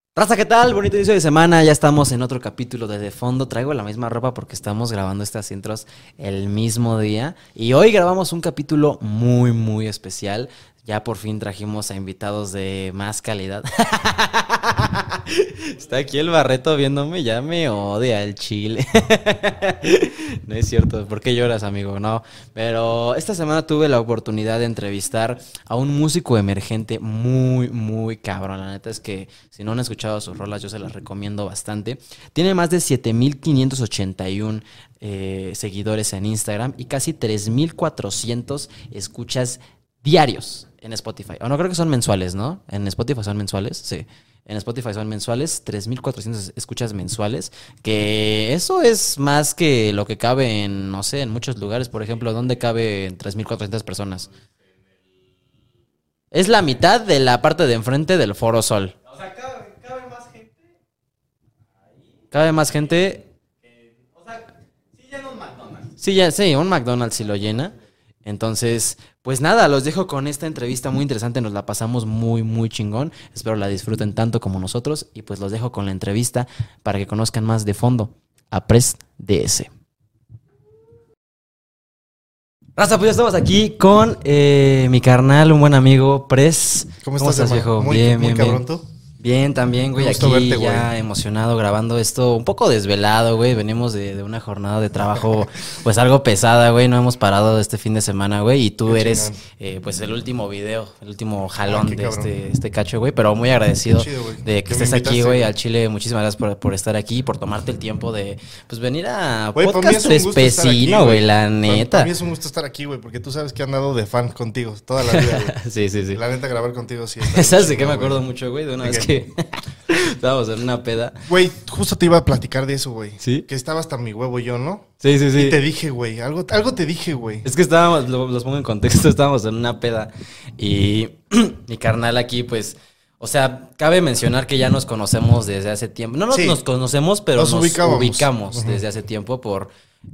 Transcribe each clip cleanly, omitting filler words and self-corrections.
Raza, ¿qué tal? Bonito inicio de semana, ya estamos en otro capítulo de Fondo. Traigo la misma ropa porque estamos grabando estas intros el mismo día. Y hoy grabamos un capítulo muy especial. Ya por fin trajimos a invitados de más calidad. Está aquí el Barreto viéndome, ya me odia el chile. No es cierto, ¿por qué lloras, amigo? No, pero esta semana tuve la oportunidad de entrevistar a un músico emergente muy cabrón. La neta es que si no han escuchado sus rolas, yo se las recomiendo bastante. Tiene más de 7,581 seguidores en Instagram y casi 3,400 escuchas diarios en Spotify. O no, creo que son mensuales, ¿no? En Spotify son mensuales, sí. En Spotify son mensuales, 3,400 escuchas mensuales, que eso es más que lo que cabe en, no sé, en muchos lugares. Por ejemplo, ¿dónde cabe 3,400 personas? Es la mitad de la parte de enfrente del Foro Sol. O sea, cabe más gente. Cabe más gente. O sea, sí llena un McDonald's. Sí, un McDonald's sí lo llena. Entonces, pues nada, los dejo con esta entrevista muy interesante. Nos la pasamos muy chingón. Espero la disfruten tanto como nosotros. Y pues los dejo con la entrevista para que conozcan más de fondo a Pres DS. Raza, pues ya estamos aquí con mi carnal, un buen amigo, Pres. ¿Cómo estás, viejo? Muy, Bien, muy bien, cabrón bien. tú. Bien, también, güey, Me aquí gusta verte, ya güey. emocionado grabando esto, un poco desvelado, güey, venimos de una jornada de trabajo, pues algo pesada, güey, no hemos parado este fin de semana, güey, y tú Qué eres, chingón. pues el último video, el último jalón qué de cabrón. este cacho, güey, pero muy agradecido Qué chido, güey. de que Que me estés aquí, invitaste, güey, güey. al Chile, muchísimas gracias por estar aquí, por tomarte el tiempo de, pues venir a Güey, para mí Podcast es un gusto estar aquí, Especino, güey, la neta. Para mí es un gusto estar aquí, güey, porque tú sabes que he andado de fan contigo toda la vida, güey. Sí. La neta, grabar contigo sí está ¿Sabes de chingón, qué me güey. acuerdo mucho, güey? De una ¿De vez qué? que estábamos en una peda. Güey, justo te iba a platicar de eso, güey. ¿Sí? Que estaba hasta mi huevo yo, ¿no? Sí. Y te dije, güey, algo te dije, güey. Es que estábamos, los pongo en contexto, estábamos en una peda y mi carnal aquí, pues, o sea, cabe mencionar que ya nos conocemos desde hace tiempo. No Sí. nos conocemos, pero Nos nos ubicábamos. ubicamos Ujú. desde hace tiempo por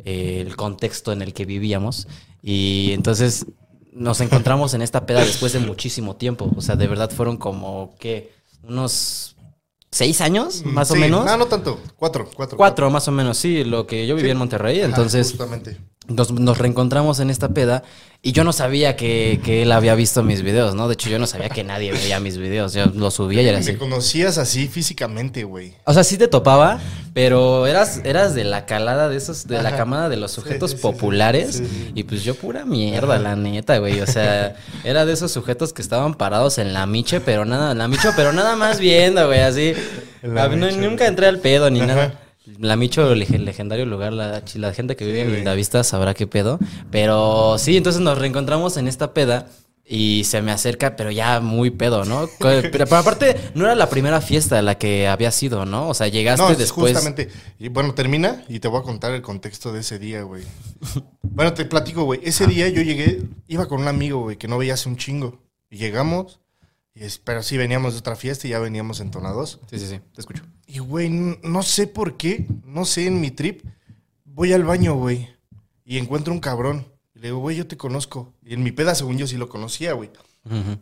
el contexto en el que vivíamos. Y entonces nos encontramos en esta peda después de muchísimo tiempo. O sea, de verdad fueron como, ¿qué? Unos 6 años, más o Sí. menos. No tanto. Cuatro. 4 más o menos, sí, lo que yo vivía Sí. en Monterrey. Ajá, Entonces justamente. nos reencontramos en esta peda y yo no sabía que él había visto mis videos, ¿no? De hecho, yo no sabía que nadie veía mis videos. Yo los subía y era así. Me conocías así físicamente, güey. O sea, sí te topaba, pero eras de la calada de esos, de la Ajá. camada de los sujetos Sí. populares. Sí. Y pues yo pura mierda, la neta, güey. O sea, era de esos sujetos que estaban parados en la miche, pero nada más viendo, güey, así. En la miche, Nunca güey. entré al pedo ni Ajá. nada. La Micho, legendario lugar, la gente que vive en güey. Lindavista sabrá qué pedo. Pero sí, entonces nos reencontramos en esta peda y se me acerca, pero ya muy pedo, ¿no? Pero aparte, no era la primera fiesta a la que había sido, ¿no? O sea, llegaste No, después. justamente. Y bueno, termina y te voy a contar el contexto de ese día, güey. Bueno, te platico, güey. Ese día yo llegué, iba con un amigo, güey, que no veía hace un chingo. Y llegamos, pero sí veníamos de otra fiesta y ya veníamos entonados. Sí, te escucho. Y, güey, no sé por qué, no sé, en mi trip, voy al baño, güey, y encuentro un cabrón. Y le digo, güey, yo te conozco. Y en mi peda, según yo, sí lo conocía, güey. Ujú.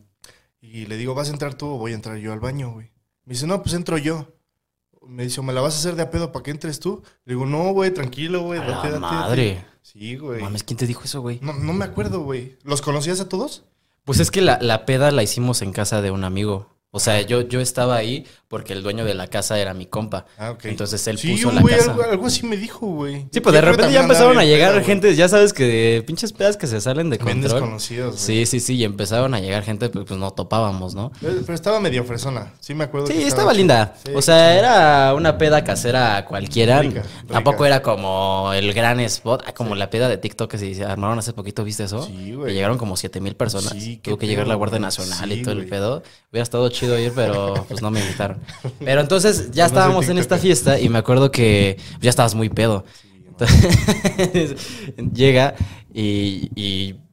Y le digo, ¿vas a entrar tú o voy a entrar yo al baño, güey? Me dice, no, pues entro yo. Me dice, ¿me la vas a hacer de a pedo para que entres tú? Le digo, no, güey, tranquilo, güey, A la date. madre. Sí, güey. Mames, ¿quién te dijo eso, güey? No me acuerdo, güey. ¿Los conocías a todos? Pues es que la peda la hicimos en casa de un amigo. O sea, yo estaba ahí porque el dueño de la casa era mi compa. Ah, ok. Entonces él Sí, puso un la güey, casa. algo así me dijo, güey. Sí, pues de Yo creo repente que ya también empezaron andaba a bien llegar pedo, güey. gente, ya sabes que pinches pedas que se salen de Bien control. desconocidos, güey. Sí, y empezaron a llegar gente, pues no topábamos, ¿no? Pero estaba medio fresona. Sí, me acuerdo. Sí, que estaba chido. linda. Sí, o sea, era una peda casera cualquiera. Rica. Tampoco era como el gran spot, como la peda de TikTok que se armaron hace poquito, ¿viste eso? Sí, güey. Que llegaron como 7,000 personas. Sí, qué Tuvo que llegar la pedo, Guardia güey. Nacional Sí, y todo el güey. pedo. Hubiera estado chido ir, pero pues no me invitaron. Pero entonces ya No soy estábamos en esta tiktoker. fiesta y me acuerdo que ya estabas muy pedo. Entonces, llega y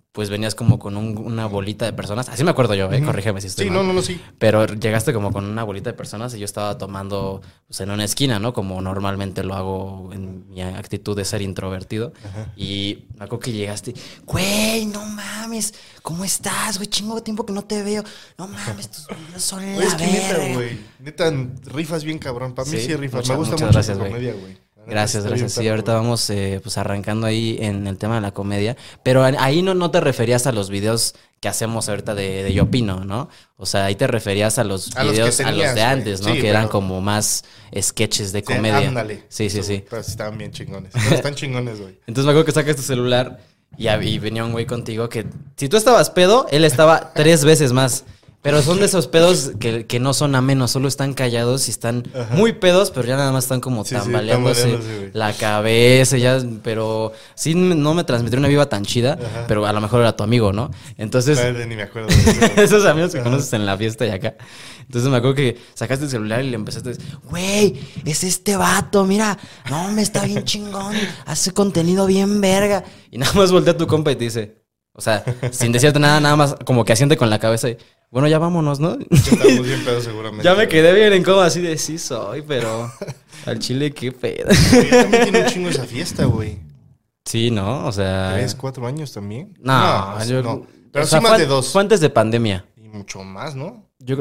pues venías como con una bolita de personas. Así me acuerdo yo, corrígeme si estoy Sí, mal. no, sí. Pero llegaste como con una bolita de personas y yo estaba tomando pues, en una esquina, ¿no? Como normalmente lo hago en mi actitud de ser introvertido. Ajá. Y me acuerdo que llegaste, güey, no mames, ¿cómo estás, güey? Chingo de tiempo que no te veo. No mames, tus videos son la es que verga. neta, güey. Neta, rifas bien cabrón. Para mí sí rifas. Me gusta mucho gracias, tu comedia, güey. Gracias. Sí, ahorita vamos pues arrancando ahí en el tema de la comedia. Pero ahí no te referías a los videos que hacemos ahorita de Yo Opino, ¿no? O sea, ahí te referías a los videos, a los de antes, ¿no? Sí, que eran como más sketches de comedia. Ándale. Sí. Pero sí estaban bien chingones. Pero están chingones, güey. Entonces me acuerdo que sacas tu celular y venía un güey contigo que si tú estabas pedo, él estaba 3 veces más. Pero son de esos pedos que no son amenos, solo están callados y están muy pedos, pero ya nada más están como tambaleándose la cabeza, ya, pero sí no me transmitió una viva tan chida, pero a lo mejor era tu amigo, ¿no? Entonces, ni me acuerdo. Esos amigos que conoces en la fiesta y acá. Entonces me acuerdo que sacaste el celular y le empezaste a decir, güey, es este vato, mira, no, me está bien chingón, hace contenido bien verga. Y nada más voltea a tu compa y te dice, o sea, sin decirte nada más como que asiente con la cabeza y... Bueno, ya vámonos, ¿no? Estamos bien pedos seguramente. Ya me quedé bien en coma así de sí soy, pero al chile qué pedo. También tiene un chingo esa fiesta, güey. Sí, ¿no? O sea... 3, 4 años también. No. Pero sí más de 2. Fue antes de pandemia. Y mucho más, ¿no? Yo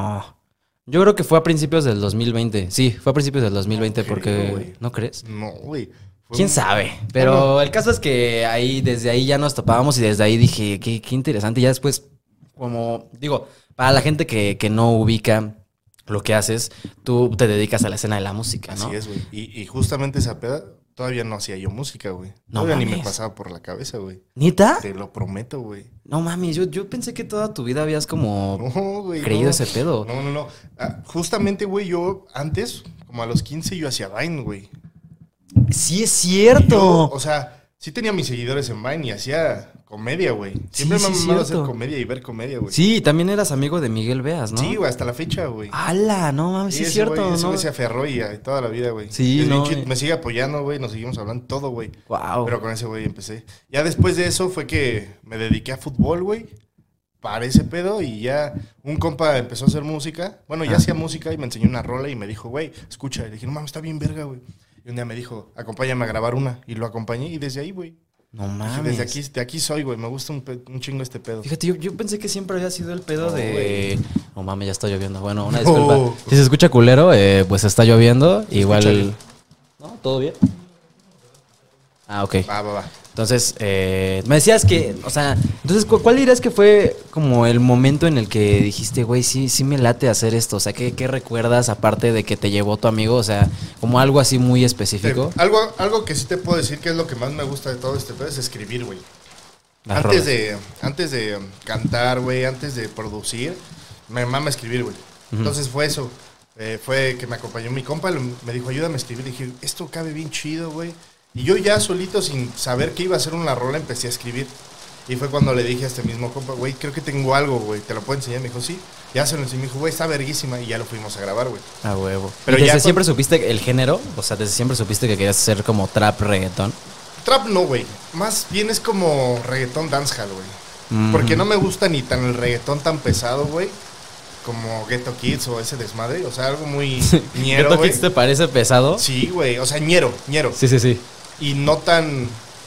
creo que fue a principios del 2020. Sí, fue a principios del 2020 porque... Wey. ¿No crees? No, güey. ¿Quién sabe? Pero el caso es que desde ahí ya nos topábamos y desde ahí dije, qué interesante. Y ya después... Como digo, para la gente que no ubica lo que haces, tú te dedicas a la escena de la música, ¿no? Así es, güey. Y justamente esa peda, todavía no hacía yo música, güey. Todavía ni me pasaba por la cabeza, güey. ¿Neta? Te lo prometo, güey. No mames, yo pensé que toda tu vida habías como creído ese pedo. No. Justamente, güey, yo antes, como a los 15, yo hacía Vine, güey. Sí, es cierto. O sea, sí tenía mis seguidores en Vine y hacía... comedia, güey. Siempre me ha mamado hacer comedia y ver comedia, güey. Sí, también eras amigo de Miguel Beas, ¿no? Sí, güey, hasta la fecha, güey. ¡Hala! No mames, sí es cierto, güey, ese güey se aferró y toda la vida, güey. Sí, no. Me sigue apoyando, güey, nos seguimos hablando todo, güey. Wow. Pero con ese güey empecé. Ya después de eso fue que me dediqué a fútbol, güey. Para ese pedo y ya un compa empezó a hacer música. Bueno, ya hacía música y me enseñó una rola y me dijo, güey, escucha. Y le dije, no mames, está bien verga, güey. Y un día me dijo, acompáñame a grabar una. Y lo acompañé y desde ahí, güey. No mames. De aquí soy, güey. Me gusta un chingo este pedo. Fíjate, yo pensé que siempre había sido el pedo de... No mames, ya está lloviendo. Bueno, una disculpa. Si se escucha culero, pues está lloviendo. Igual... ¿No? ¿Todo bien? Ah, ok. Va. Entonces, me decías que... O sea, entonces, ¿cuál dirías que fue como el momento en el que dijiste, güey, sí me late hacer esto? O sea, ¿qué recuerdas aparte de que te llevó tu amigo? O sea, como algo así muy específico. Algo que sí te puedo decir que es lo que más me gusta de todo este pedo es escribir, güey. Antes de cantar, güey, antes de producir, me mama escribir, güey. Entonces fue eso. Fue que me acompañó mi compa, me dijo, ayúdame a escribir. Dije, esto cabe bien chido, güey. Y yo ya solito, sin saber que iba a ser una rola, empecé a escribir. Y fue cuando le dije a este mismo compa, güey, creo que tengo algo, güey, ¿te lo puedo enseñar? Me dijo, sí. Ya se lo enseñé, me dijo, güey, está verguísima. Y ya lo fuimos a grabar, güey. A huevo. Pero ¿y desde siempre supiste el género? O sea, ¿desde siempre supiste que querías hacer como trap, reggaetón? Trap no, güey. Más bien es como reggaetón dancehall, güey. Porque no me gusta ni tan el reggaetón tan pesado, güey, como Ghetto Kids o ese desmadre. O sea, algo muy ñero, ¿Ghetto Kids te parece pesado? Sí, güey. O sea, ñero. Sí. Y no tan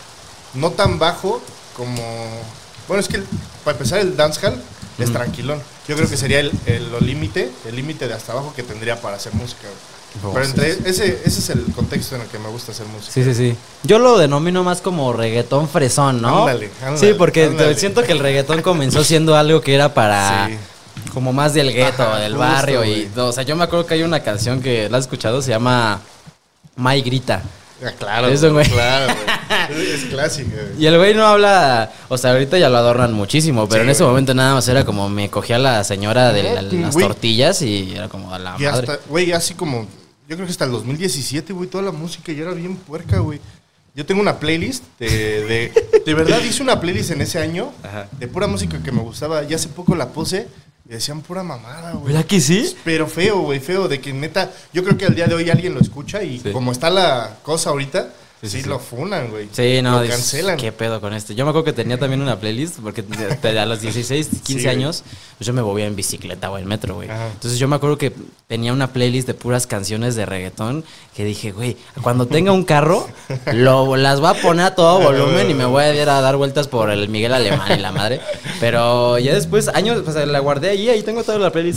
bajo como... Bueno, es que para empezar el dancehall es tranquilón. Yo creo que sería el límite de hasta abajo que tendría para hacer música, güey. Pero ese es el contexto en el que me gusta hacer música. Sí. Yo lo denomino más como reggaetón fresón, ¿no? Ándale. Sí, porque siento que el reggaetón comenzó siendo algo que era para... Sí. Como más del gueto, del barrio. O sea, yo me acuerdo que hay una canción que la has escuchado, se llama May Grita. Claro, eso, güey. Claro, güey. Es clásico, güey. Y el güey no habla, o sea, ahorita ya lo adornan muchísimo, pero en ese momento nada más era como me cogía la señora de las tortillas y era como a la madre. Güey, así como, yo creo que hasta el 2017, güey, toda la música ya era bien puerca, güey. Yo tengo una playlist de verdad hice una playlist en ese año de pura música que me gustaba. Y hace poco la puse y decían pura mamada, güey. ¿Verdad que sí? Pero feo, güey, feo. De que neta, yo creo que al día de hoy alguien lo escucha y como está la cosa ahorita, Sí, lo funan, güey. Sí, no, lo cancelan. ¿Qué pedo con este? Yo me acuerdo que tenía también una playlist, porque a los 16, 15 Sí, años, pues yo me movía en bicicleta o en metro, güey. Ajá. Entonces yo me acuerdo que tenía una playlist de puras canciones de reggaetón que dije, güey, cuando tenga un carro, las voy a poner a todo volumen y me voy a ir a dar vueltas por el Miguel Alemán y la madre. Pero ya después, años, pues la guardé ahí tengo toda la playlist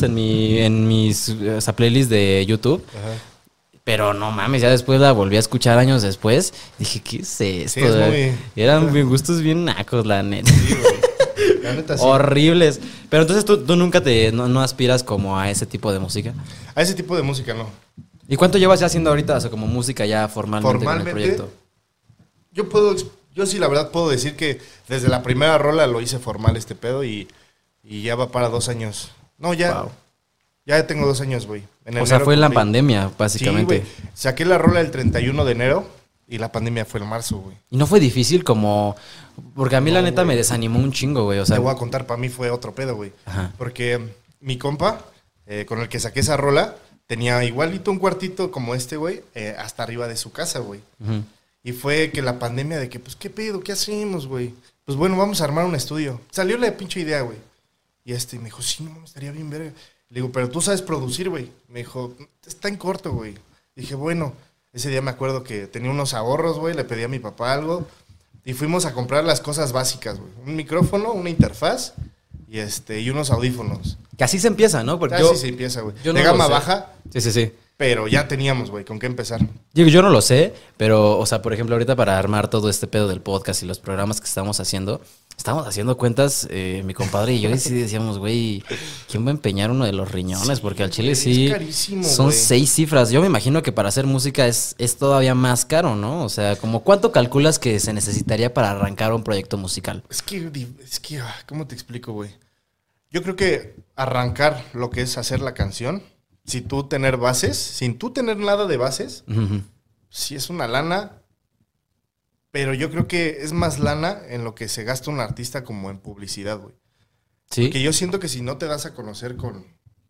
esa playlist de YouTube. Ajá. Pero no mames, ya después la volví a escuchar años después. Dije, ¿qué es esto? Sí, es Eran gustos bien nacos, la neta. Sí, güey. La neta, sí. Horribles. Pero entonces tú nunca no aspiras como a ese tipo de música. A ese tipo de música no. ¿Y cuánto llevas ya haciendo ahorita? O sea, como música ya formalmente con el proyecto. Yo sí la verdad puedo decir que desde la primera rola lo hice formal este pedo y ya va para 2 años. No, ya. Wow. Ya tengo 2 años, güey. O sea, fue en la pandemia, básicamente. Sí, güey. Saqué la rola el 31 de enero y la pandemia fue en marzo, güey. ¿Y no fue difícil como...? Porque a mí la neta güey. me desanimó un chingo, güey. O sea, Te voy a contar, para mí fue otro pedo, güey. Ajá. Porque mi compa, con el que saqué esa rola, tenía igualito un cuartito como este, güey, hasta arriba de su casa, güey. Ujú. Y fue que la pandemia de que, pues, ¿qué pedo? ¿Qué hacemos, güey? Pues bueno, vamos a armar un estudio. Salió la pinche idea, güey. Y me dijo, sí, no, estaría bien verga. Le digo, pero tú sabes producir, güey. Me dijo, está en corto, güey. Dije, bueno, ese día me acuerdo que tenía unos ahorros, güey. Le pedí a mi papá algo. Y fuimos a comprar las cosas básicas, güey. Un micrófono, una interfaz y unos audífonos. Que así se empieza, ¿no? Porque Así se empieza, güey. yo De no lo gama sé. baja, Sí. pero ya teníamos, güey, con qué empezar. Digo, yo no lo sé, pero, o sea, por ejemplo, ahorita para armar todo este pedo del podcast y los programas que estamos haciendo cuentas, mi compadre y yo, y sí decíamos, güey, ¿quién va a empeñar uno de los riñones? Porque al chile güey, sí es carísimo, son güey. 6 cifras. Yo me imagino que para hacer música es todavía más caro, ¿no? O sea, como ¿cuánto calculas que se necesitaría para arrancar un proyecto musical? Es que, ¿cómo te explico, güey? Yo creo que arrancar lo que es hacer la canción, sin tú tener nada de bases, Ujú. sí es una lana, pero yo creo que es más lana en lo que se gasta un artista como en publicidad, güey. Sí. Porque yo siento que si no te das a conocer con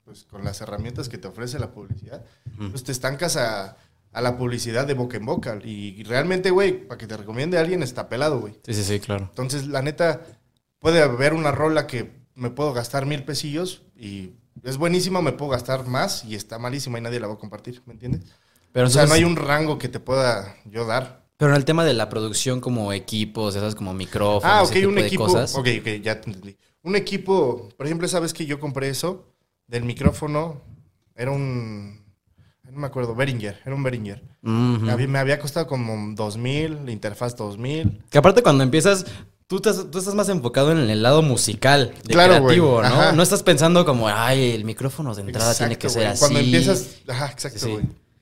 las herramientas que te ofrece la publicidad, pues te estancas a la publicidad de boca en boca. Y realmente, güey, para que te recomiende a alguien está pelado, güey. Sí, claro. Entonces, la neta, puede haber una rola que me puedo gastar 1,000 pesillos y es buenísima, me puedo gastar más y está malísima y nadie la va a compartir, ¿me entiendes? Pero O sea, entonces, no hay un rango que te pueda yo dar. pero en el tema de la producción como equipos, esas como micrófonos, Ok, ese tipo un de equipo. cosas. Ok, ya te entendí. Un equipo, por ejemplo, ¿sabes que yo compré eso? Del micrófono, era no me acuerdo, Behringer, era un Behringer. Ujú. Me había costado como 2,000, la interfaz 2,000. Que aparte cuando empiezas, tú estás más enfocado en el lado musical, de Claro, creativo, güey. ¿no? Ajá. No estás pensando como, ay, el micrófono de entrada tiene Exacto, que ser güey. así. Cuando empiezas, exacto, Sí. güey.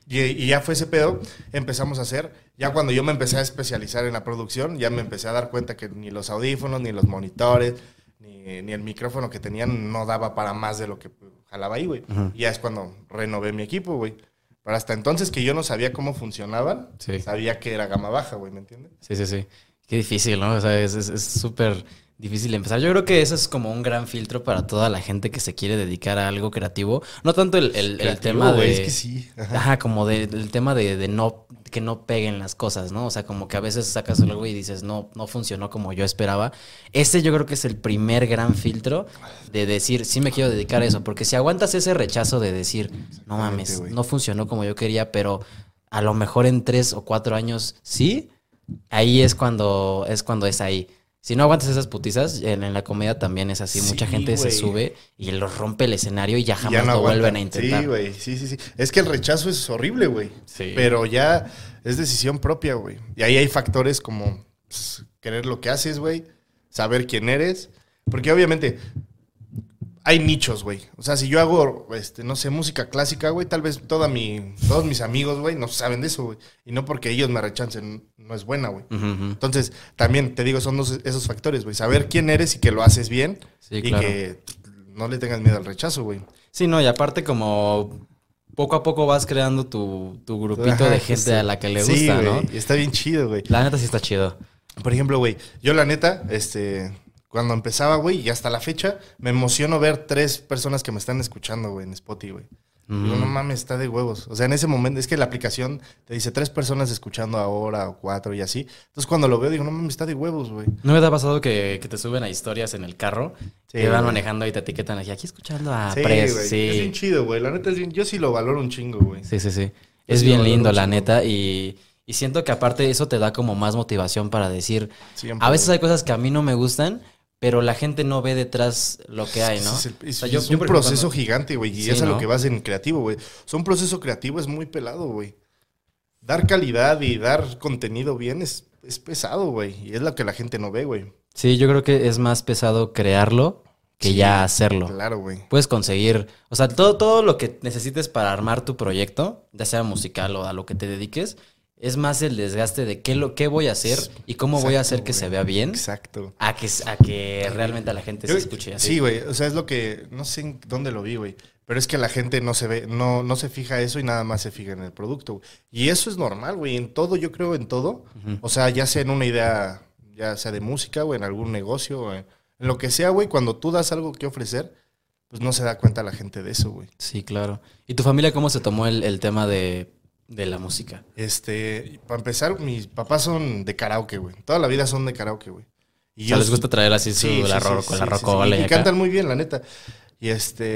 Y ya fue ese pedo, empezamos a hacer. Ya cuando yo me empecé a especializar en la producción, ya me empecé a dar cuenta que ni los audífonos, ni los monitores, ni el micrófono que tenían no daba para más de lo que jalaba ahí, güey. Ujú. Y ya es cuando renové mi equipo, güey. Pero hasta entonces que yo no sabía cómo funcionaban, Sí. sabía que era gama baja, güey, ¿me entiendes? Sí. Qué difícil, ¿no? O sea, es súper difícil empezar. Yo creo que eso es como un gran filtro para toda la gente que se quiere dedicar a algo creativo. No tanto el Creativo, tema de... güey, es que sí. Ajá, como del tema de no que no peguen las cosas, ¿no? O sea, como que a veces sacas algo y dices, no funcionó como yo esperaba. Ese yo creo que es el primer gran filtro de decir, sí me quiero dedicar a eso. Porque si aguantas ese rechazo de decir, no mames, güey. no funcionó como yo quería, pero a lo mejor en 3 o 4 años sí, ahí es cuando es ahí. Si no aguantas esas putizas, en la comedia también es así. Sí, Mucha gente se güey. sube y los rompe el escenario y ya Y jamás ya no lo vuelven aguantan. a intentar. Sí, güey, sí. Es que el rechazo es horrible, güey. Sí. Pero ya es decisión propia, güey. Y ahí hay factores como pues, querer lo que haces, güey. Saber quién eres. Porque obviamente hay nichos, güey. O sea, si yo hago, no sé, música clásica, güey, tal vez todos mis amigos, güey, no saben de eso, güey. Y no porque ellos me rechacen, no es buena, güey. Ujú. Entonces, también te digo, son esos factores, güey. Saber quién eres y que lo haces bien. Sí, y claro. que no le tengas miedo al rechazo, güey. Sí, no, y aparte como poco a poco vas creando tu grupito Ajá, de gente sí. a la que le Sí, gusta, güey, ¿no? y está bien chido, güey. La neta sí está chido. Por ejemplo, güey, yo la neta, cuando empezaba, güey, y hasta la fecha, me emociono ver 3 personas que me están escuchando, güey, en Spotify, güey. Digo, no mames, está de huevos. O sea, en ese momento, es que la aplicación te dice 3 personas escuchando ahora o 4 y así. Entonces cuando lo veo digo, no mames, está de huevos, güey. ¿No me te ha pasado que te suben a historias en el carro? Sí, que van güey. manejando y te etiquetan aquí escuchando a Sí, Pres. güey. Sí, Es bien chido, güey. La neta es bien, yo sí lo valoro un chingo, güey. sí, sí, sí. Yo Es sí bien lo valoro lindo, un la chingo. neta. Y siento que aparte eso te da como más motivación para decir, Siempre, a veces güey. hay cosas que a mí no me gustan, pero la gente no ve detrás lo que hay, ¿no? Es O sea, un por ejemplo, proceso cuando- gigante, güey. Y Sí, es a lo ¿no? que vas en creativo, güey. O sea, un proceso creativo es muy pelado, güey. Dar calidad y dar contenido bien es pesado, güey. Y es lo que la gente no ve, güey. Sí, yo creo que es más pesado crearlo que Sí, ya hacerlo. Claro, güey. Puedes conseguir, o sea, todo lo que necesites para armar tu proyecto, ya sea musical o a lo que te dediques, es más el desgaste de qué voy a hacer y cómo voy a hacer que Exacto, se güey. vea bien Exacto. a que realmente a la gente se Yo- escuche así. Sí, güey. O sea, es lo que. No sé en dónde lo vi, güey. Pero es que la gente no se ve, no se fija eso y nada más se fija en el producto, güey. Y eso es normal, güey. En todo, yo creo en todo. Ujú. O sea, ya sea en una idea, ya sea de música o en algún negocio, o en lo que sea, güey. Cuando tú das algo que ofrecer, pues no se da cuenta la gente de eso, güey. Sí, claro. ¿Y tu familia cómo se tomó el tema de la música? Para empezar, mis papás son de karaoke, güey. Toda la vida son de karaoke, güey. O sea, les gusta traer así Sí, la sí, sí, sí, rocola sí. y Y acá. cantan muy bien, la neta. Y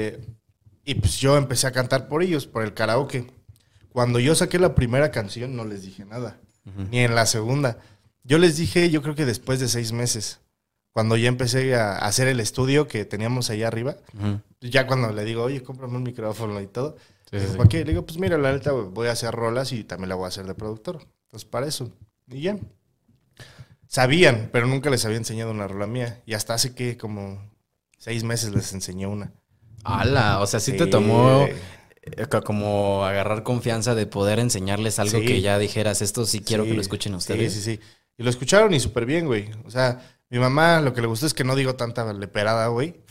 y pues yo empecé a cantar por ellos, por el karaoke. Cuando yo saqué la primera canción, no les dije nada. Ujú. Ni en la segunda. Yo les dije, yo creo que después de 6 meses. Cuando ya empecé a hacer el estudio que teníamos allá arriba. Ujú. Ya cuando le digo, oye, cómprame un micrófono y todo. Sí, Digo, sí, ¿para qué? Le digo, pues mira, la neta, güey, voy a hacer rolas y también la voy a hacer de productor. Entonces, para eso. Y ya. Sabían, pero nunca les había enseñado una rola mía. Y hasta hace que como 6 meses les enseñé una. ¡Hala! O sea, sí te Sí, tomó güey. como agarrar confianza de poder enseñarles algo Sí. que ya dijeras, esto sí quiero que Sí, lo escuchen ustedes. Sí, sí, sí. Y lo escucharon y súper bien, güey. O sea, mi mamá lo que le gustó es que no digo tanta leperada, güey.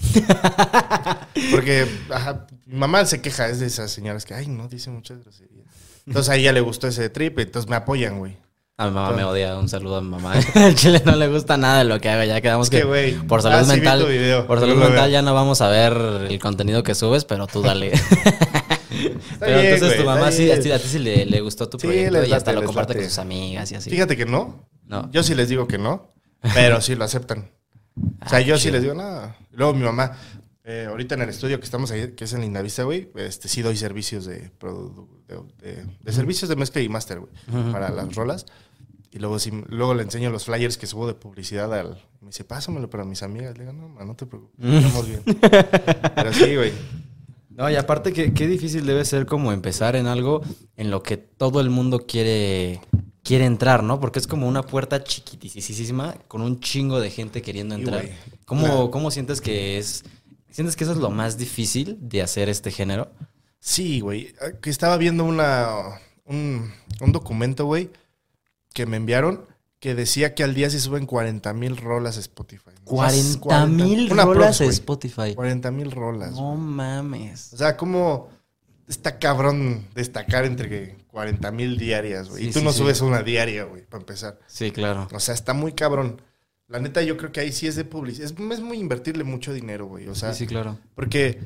Porque ajá, mi mamá se queja, es de esas señoras que, ay, no, dice muchas groserías. Entonces a ella le gustó ese trip, entonces me apoyan, güey. A mi mamá me odia, un saludo a mi mamá. Al chile no le gusta nada de lo que hago, ya quedamos Es que, güey, por salud sí vi mental, tu video, por yo salud lo mental veo. ya no vamos a ver el contenido que subes, pero tú dale. Pero bien, entonces güey, tu mamá está sí, bien. a ti sí le gustó tu Sí, proyecto les y hasta late, lo les comparte late. con sus amigas y así. Fíjate que no. No. Yo sí les digo que no, pero sí lo aceptan. O sea, yo sí chido. les digo, no. Luego mi mamá, ahorita en el estudio que estamos ahí, que es en Lindavista, güey, sí doy servicios de servicios de mezcla y máster, güey, Ujú. para las rolas. Y luego le enseño los flyers que subo de publicidad me dice, pásamelo para mis amigas. Le digo, no, ma, no te preocupes, estamos bien. Pero sí, güey. No, y aparte qué difícil debe ser como empezar en algo en lo que todo el mundo quiere entrar, ¿no? Porque es como una puerta chiquitisísima con un chingo de gente queriendo Sí, entrar. güey. ¿Cómo sientes que es? ¿Sientes que eso es lo más difícil de hacer este género? Sí, güey. Que estaba viendo un documento, güey, que me enviaron que decía que al día se suben 40,000 rolas a Spotify. 40,000 una rolas props, a güey. Spotify. 40,000 rolas. No güey. mames. O sea, ¿cómo está cabrón destacar entre 40,000 diarias, güey? Sí, Y tú sí, no sí. subes una diaria, güey, para empezar. Sí, claro. O sea, está muy cabrón. La neta, yo creo que ahí sí es de publicidad. Es muy invertirle mucho dinero, güey. O sea, Sí, sí, claro. porque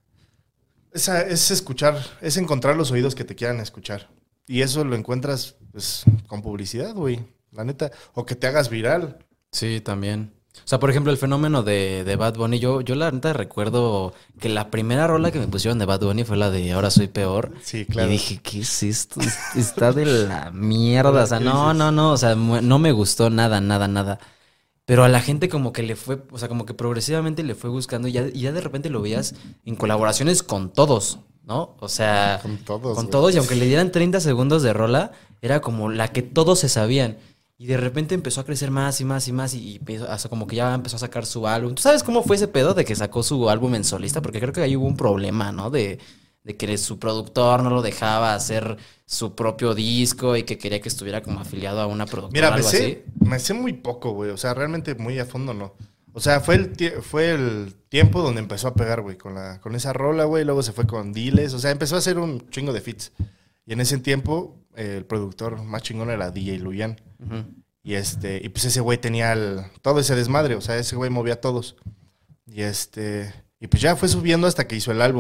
es escuchar, es encontrar los oídos que te quieran escuchar. Y eso lo encuentras, pues, con publicidad, güey. La neta. O que te hagas viral. Sí, también. O sea, por ejemplo, el fenómeno de Bad Bunny, yo la neta recuerdo que la primera rola que me pusieron de Bad Bunny fue la de Ahora Soy Peor. Sí, claro. Y dije, ¿qué es esto? Está de la mierda. O sea, no. O sea, no me gustó nada. Pero a la gente como que le fue, o sea, como que progresivamente le fue buscando y ya de repente lo veías en colaboraciones con todos, ¿no? O sea, Con todos, con güey. todos. Y aunque le dieran 30 segundos de rola, era como la que todos se sabían. Y de repente empezó a crecer más y hasta como que ya empezó a sacar su álbum. ¿Tú sabes cómo fue ese pedo de que sacó su álbum en solista? Porque creo que ahí hubo un problema, ¿no? De que su productor no lo dejaba hacer su propio disco y que quería que estuviera como afiliado a una productora Mira, o algo así. me sé muy poco, güey. O sea, realmente muy a fondo no. O sea, fue el tiempo donde empezó a pegar, güey, con esa rola, güey. Luego se fue con Diles. O sea, empezó a hacer un chingo de feats. Y en ese tiempo, el productor más chingón era DJ Luyan. Ujú. Y pues ese güey tenía todo ese desmadre. O sea, ese güey movía a todos. Y pues ya fue subiendo hasta que hizo el álbum.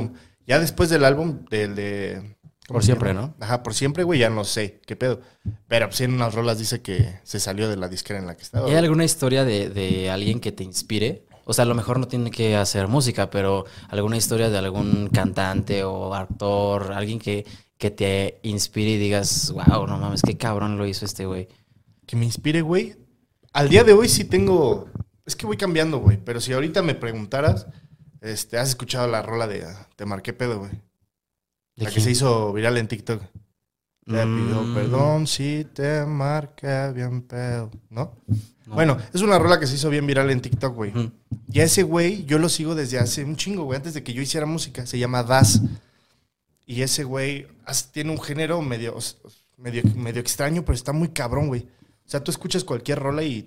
Ya después del álbum, del de... Por siempre, ¿no? Ajá, por siempre, güey, ya no sé qué pedo. Pero pues en unas rolas dice que se salió de la disquera en la que estaba. ¿Hay alguna historia de alguien que te inspire? O sea, a lo mejor no tiene que hacer música, pero alguna historia de algún cantante o actor, alguien que te inspire y digas, wow, no mames, qué cabrón lo hizo este güey. Que me inspire, güey. Al día de hoy sí tengo... Es que voy cambiando, güey. Pero si ahorita me preguntaras, ¿has escuchado la rola de Te marqué pedo, güey? ¿De La que quién? se hizo viral en TikTok. Te pido perdón si te marqué bien pedo, ¿no? No. Bueno, es una rola que se hizo bien viral en TikTok, güey. Ujú. Y a ese güey yo lo sigo desde hace un chingo, güey. Antes de que yo hiciera música. Se llama Das. Y ese güey tiene un género medio extraño, pero está muy cabrón, güey. O sea, tú escuchas cualquier rola y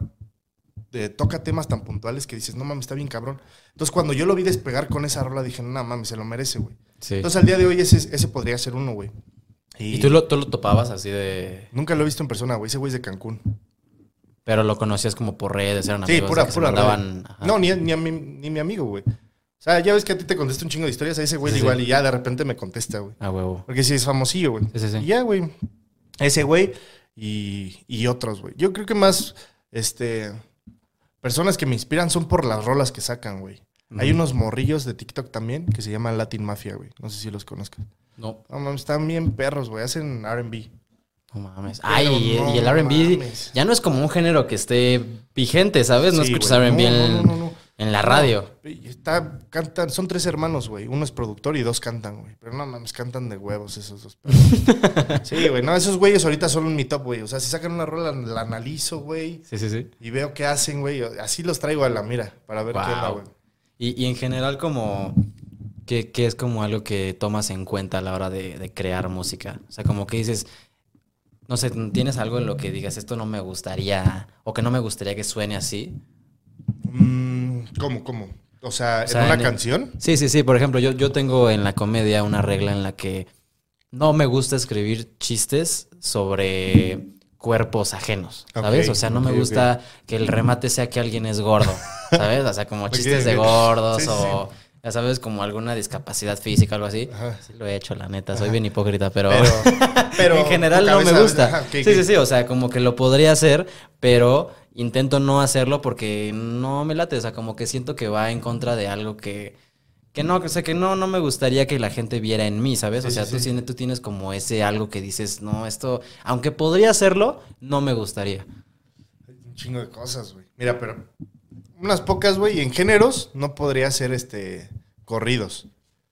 toca temas tan puntuales que dices, no mames, está bien cabrón. Entonces, cuando yo lo vi despegar con esa rola, dije, no mames, se lo merece, güey. Sí. Entonces, al día de hoy, ese podría ser uno, güey. ¿Y tú lo topabas así de...? Nunca lo he visto en persona, güey. Ese güey es de Cancún. Pero lo conocías como por redes, eran Sí, amigos pura de que se red. mandaban... Ajá. No, ni mi amigo, güey. O sea, ya ves que a ti te contesta un chingo de historias, a ese güey Sí, igual, sí. y ya de repente me contesta, güey. A huevo. Porque sí es famosillo, güey. Sí, sí, sí. Y ya, güey. Ese güey y otros, güey. Yo creo que más, personas que me inspiran son por las rolas que sacan, güey. Hay unos morrillos de TikTok también que se llaman Latin Mafia, güey. No sé si los conozcas. No, No mames, están bien perros, güey. Hacen R&B. no mames. Pero Ay, no y el R&B mames. ya no es como un género que esté vigente, ¿sabes? No Sí, escuchas güey. R&B No. en la radio. Cantan, son 3 hermanos, güey. Uno es productor y 2 cantan, güey. Pero no mames, cantan de huevos esos 2 perros. Sí, güey. No, esos güeyes ahorita son en mi top, güey. O sea, si sacan una rola, la analizo, güey. Sí, sí, sí. Y veo qué hacen, güey. Así los traigo a la mira para ver qué onda, Wow. güey. Y en general, como, ¿qué es como algo que tomas en cuenta a la hora de crear música? O sea, como que dices, no sé, ¿tienes algo en lo que digas, esto no me gustaría, o que no me gustaría que suene así? ¿Cómo? O sea, sea, ¿en una en el- canción? Sí, sí, sí. Por ejemplo, yo tengo en la comedia una regla en la que no me gusta escribir chistes sobre cuerpos ajenos, ¿sabes? Ok, O sea, no me ok, gusta que el remate sea que alguien es gordo, ¿sabes? O sea, como chistes de ok. gordos Sí, sí, o, ya sabes, como alguna discapacidad física o algo así. Ajá. Sí lo he hecho, la neta. Soy bien hipócrita, pero Pero en general tu no me cabeza- gusta. ajá, ok, Sí, ok. sí, sí. O sea, como que lo podría hacer, pero intento no hacerlo porque no me late. O sea, como que siento que va en contra de algo que no, o sea, que no me gustaría que la gente viera en mí, ¿sabes? O Sí, sea, sí, sí. tú tienes como ese algo que dices, no, esto, aunque podría hacerlo, no me gustaría. Un chingo de cosas, güey. Mira, pero unas pocas, güey. En géneros no podría ser corridos.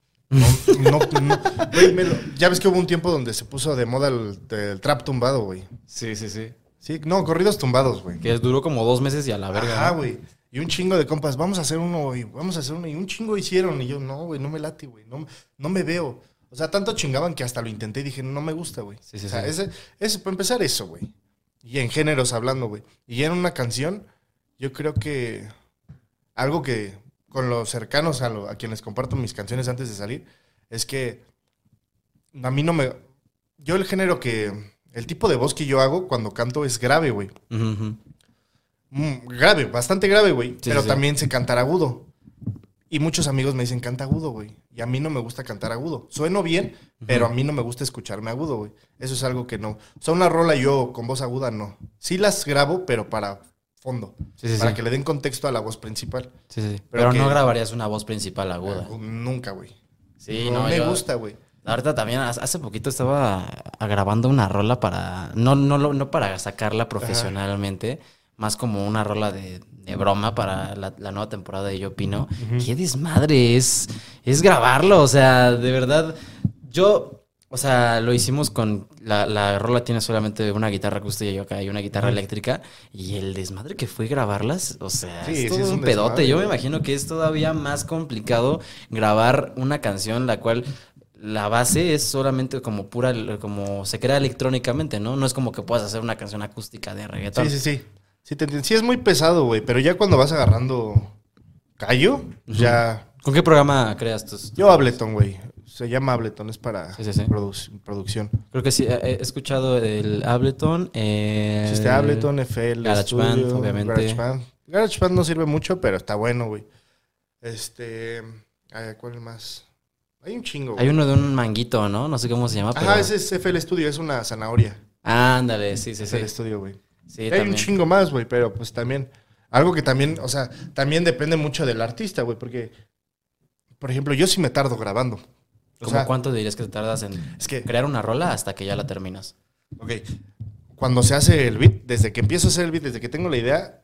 No, güey, ya ves que hubo un tiempo donde se puso de moda el trap tumbado, güey. Sí, sí, sí. Sí, no, corridos tumbados, güey. Que duró como 2 meses y a la verga. Ajá, ¿no? güey. Y un chingo de compas, vamos a hacer uno, güey, vamos a hacer uno. Y un chingo hicieron. Y yo, no, güey, no me late, güey. No me veo. O sea, tanto chingaban que hasta lo intenté y dije, no me gusta, güey. Sí, sí, o sea, sí. ese, para empezar, eso, güey. Y en géneros hablando, güey. Y ya en una canción, yo creo que algo que con los cercanos a quienes comparto mis canciones antes de salir, es que a mí no me... Yo el tipo de voz que yo hago cuando canto es grave, güey. Ujú, ujú. Grave, bastante grave, güey. Sí, pero sí, sí. también sé cantar agudo. Y muchos amigos me dicen, canta agudo, güey. Y a mí no me gusta cantar agudo. Sueno bien, pero a mí no me gusta escucharme agudo, güey. Eso es algo que no. O sea, una rola yo con voz aguda, no. Sí las grabo, pero para fondo. Sí, sí, para sí. que le den contexto a la voz principal. Sí, sí. Pero Pero que- no grabarías una voz principal aguda. Nunca, güey. Sí, no no, me yo- gusta, güey. Ahorita también, hace poquito estaba grabando una rola para, no para sacarla profesionalmente, más como una rola de broma para la nueva temporada de Yo Opino. ¡Qué desmadre es grabarlo! O sea, de verdad, o sea, lo hicimos con, la rola tiene solamente una guitarra acústica y acá hay una guitarra eléctrica, y el desmadre que fue grabarlas, o sea, Sí, es sí, todo es un un pedote. desmadre, Yo me güey. imagino que es todavía más complicado grabar una canción la cual la base es solamente como pura, como se crea electrónicamente, ¿no? No es como que puedas hacer una canción acústica de reggaetón. Sí, sí, sí. Sí, te entiendo. Sí, es muy pesado, güey. Pero ya cuando vas agarrando callo, ya... ¿Con qué programa creas tus? Yo Ableton, güey. Se llama Ableton, es para Sí, sí, sí. producción. Creo que sí, he escuchado el Ableton. Existe Ableton, FL GarageBand, Studio, obviamente. GarageBand. GarageBand no sirve mucho, pero está bueno, güey. ¿Cuál más? Hay un chingo, Hay güey. uno de un manguito, ¿no? No sé cómo se llama, pero... Ajá, ese es FL Studio, es una zanahoria. Ándale, sí, sí, sí. FL Studio, güey. Sí, Y hay también. un chingo más, güey, pero pues también... Algo que también, o sea, también depende mucho del artista, güey, porque, por ejemplo, yo sí me tardo grabando. O ¿Cómo sea, cuánto dirías que te tardas en es que, crear una rola hasta que ya la terminas? ok, cuando se hace el beat, desde que empiezo a hacer el beat, desde que tengo la idea,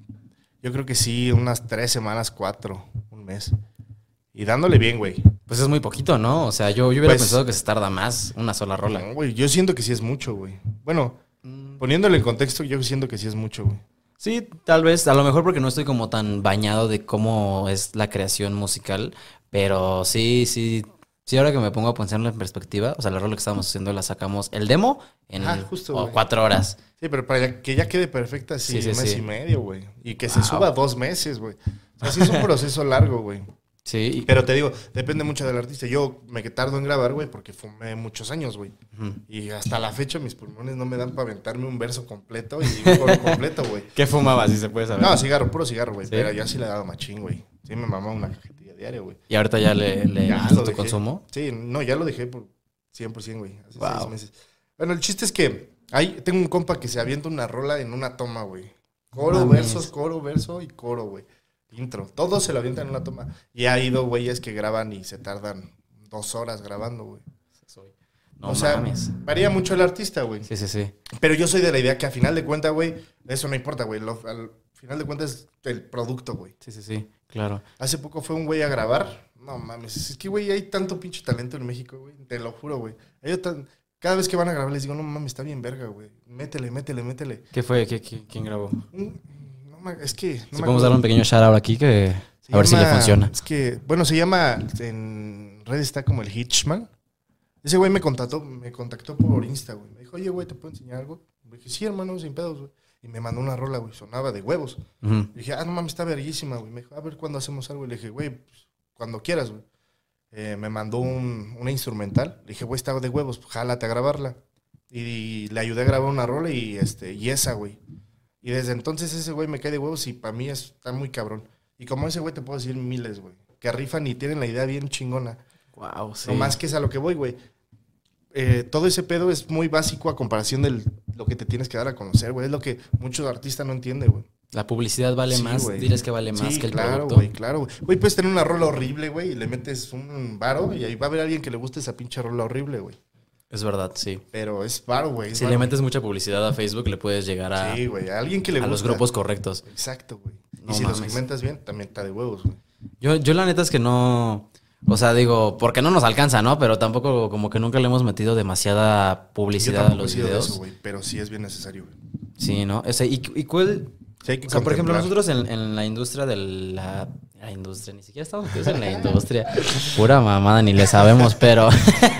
yo creo que sí, unas 3 semanas, 4, un mes. Y dándole bien, güey. Pues es muy poquito, ¿no? O sea, yo hubiera Pues- pensado que se tarda más una sola rola. No, güey, yo siento que sí es mucho, güey. Bueno, Mm, poniéndolo en contexto, yo siento que sí es mucho, güey. Sí, tal vez, a lo mejor porque no estoy como tan bañado de cómo es la creación musical, pero sí, sí, sí, ahora que me pongo a pensarlo en perspectiva, o sea, la rola que estábamos haciendo la sacamos el demo en Justo, o güey. 4 horas. Sí, pero para que ya quede perfecta, sí, Sí, sí, un mes sí. y medio, güey. Y que se Wow. suba 2 meses, güey. O sea, sí es un proceso largo, güey. Sí, Pero te digo, depende mucho del artista. Yo me tardo en grabar, güey, porque fumé muchos años, güey. ujú. Y hasta la fecha mis pulmones no me dan para aventarme un verso completo y un coro completo, güey. ¿Qué fumabas, si se puede saber? No, cigarro, puro cigarro, güey. ¿Sí? Pero yo sí le he dado machín, güey. Sí me mamaba una cajetilla diaria, güey. ¿Y ahorita ya le Ya bajaste lo tu dejé. consumo? Sí, no, ya lo dejé por 100%, güey. Hace Wow. 6 meses. Bueno, el chiste es que tengo un compa que se avienta una rola en una toma, güey. Coro, Mames. coro, verso y coro, güey. Intro. Todos se lo avientan en una toma. Y ha ido güeyes que graban y se tardan 2 horas grabando, güey. No o sea, mames. varía mucho el artista, güey. Sí, sí, sí. Pero yo soy de la idea que a final de cuentas, güey, eso no importa, güey. Al final de cuentas es el producto, güey. Sí, sí, sí, claro. Hace poco fue un güey a grabar. No mames, es que, güey, hay tanto pinche talento en México, güey. Te lo juro, güey. Cada vez que van a grabar les digo, no mames, está bien verga, güey. Métele, métele, métele. ¿Qué fue? ¿Quién grabó? Es que... Si podemos darle un pequeño shout out aquí que a ver si le funciona. Es que, bueno, se llama, en redes está como el Hitchman. Ese güey me contactó por Insta, güey. Me dijo, oye, güey, ¿te puedo enseñar algo? Le dije, sí, hermano, sin pedos, güey. Y me mandó una rola, güey, sonaba de huevos. Ujú. Le dije, no mames, está verguísima, güey. Me dijo, a ver, ¿cuándo hacemos algo? Le dije, güey, pues, cuando quieras, güey. Me mandó una instrumental. Le dije, güey, está de huevos, jálate a grabarla. Y le ayudé a grabar una rola y esa, güey. Y desde entonces ese güey me cae de huevos y para mí está muy cabrón. Y como ese güey te puedo decir miles, güey. Que rifan y tienen la idea bien chingona. Wow, sí. No más que es a lo que voy, güey. Todo ese pedo es muy básico a comparación de lo que te tienes que dar a conocer, güey. Es lo que muchos artistas no entienden, güey. La publicidad vale Sí, más, güey. diles que vale más Sí, que el claro, producto. güey, claro, güey. Güey, puedes tener una rola horrible, güey, y le metes un varo y ahí va a haber alguien que le guste esa pinche rola horrible, güey. Es verdad, sí. Pero es varo, güey. es Si varo. le metes mucha publicidad a Facebook, le puedes llegar a, Sí, güey, a alguien que le a gusta. los grupos correctos. Exacto, güey. No Y si lo mames. segmentas bien, también está de huevos, güey. Yo la neta es que no... O sea, digo, porque no nos alcanza, ¿no? Pero tampoco como que nunca le hemos metido demasiada Yo publicidad a tampoco he los sido de videos. eso, güey, pero sí es bien necesario, güey. Sí, ¿no? O sea, ¿y cuál...? Sí, hay que O sea, por ejemplo, contemplar. nosotros en la industria de la industria, ni siquiera estamos metidos en la industria. Pura mamada, ni le sabemos, pero...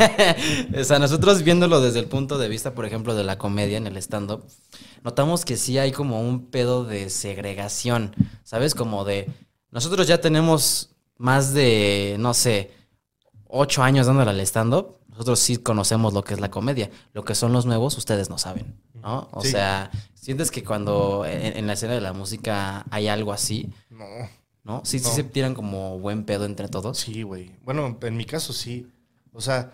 o sea, nosotros viéndolo desde el punto de vista, por ejemplo, de la comedia en el stand-up, notamos que sí hay como un pedo de segregación, ¿sabes? Como de... Nosotros ya tenemos más de, no sé, 8 años dándole al stand-up. Nosotros sí conocemos lo que es la comedia. Lo que son los nuevos, ustedes no saben, ¿no? O Sí. sea, sientes que cuando en la escena de la música hay algo así, No, ¿no? Sí, sí No. se tiran como buen pedo entre todos. sí, güey. Bueno, en mi caso sí. O sea,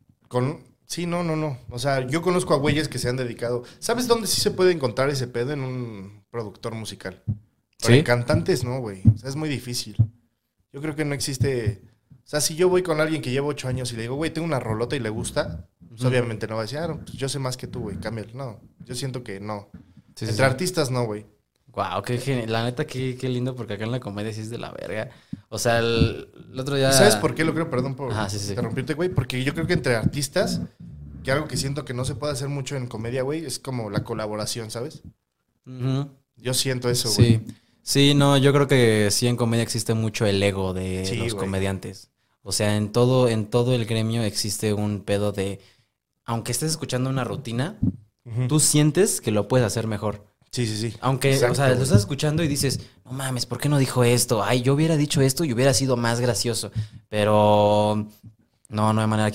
Sí, no. O sea, yo conozco a güeyes que se han dedicado. ¿Sabes dónde sí se puede encontrar ese pedo? En un productor musical. Pero ¿Sí? en cantantes no, güey. O sea, es muy difícil. Yo creo que no existe... O sea, si yo voy con alguien que lleva 8 años y le digo, güey, tengo una rolota y le gusta, pues obviamente no va a decir, no, pues yo sé más que tú, güey, cámbiale. No, yo siento que no. Sí, sí, Entre sí. artistas no, güey. Guau, la neta, qué lindo, porque acá en la comedia sí es de la verga. O sea, el otro día... ¿Y sabes por qué lo creo? Perdón por Ajá, sí, sí. interrumpirte, güey. Porque yo creo que entre artistas, que algo que siento que no se puede hacer mucho en comedia, güey, es como la colaboración, ¿sabes? Ujú. Yo siento eso, güey. Sí. Sí, no, yo creo que sí en comedia existe mucho el ego de Sí, los güey. comediantes. O sea, en todo el gremio existe un pedo de, aunque estés escuchando una rutina, Ujú. tú sientes que lo puedes hacer mejor. Sí, sí, sí. Aunque, Exacto, o sea, lo güey. estás escuchando y dices, no mames, ¿por qué no dijo esto? Ay, yo hubiera dicho esto y hubiera sido más gracioso. Pero no hay manera.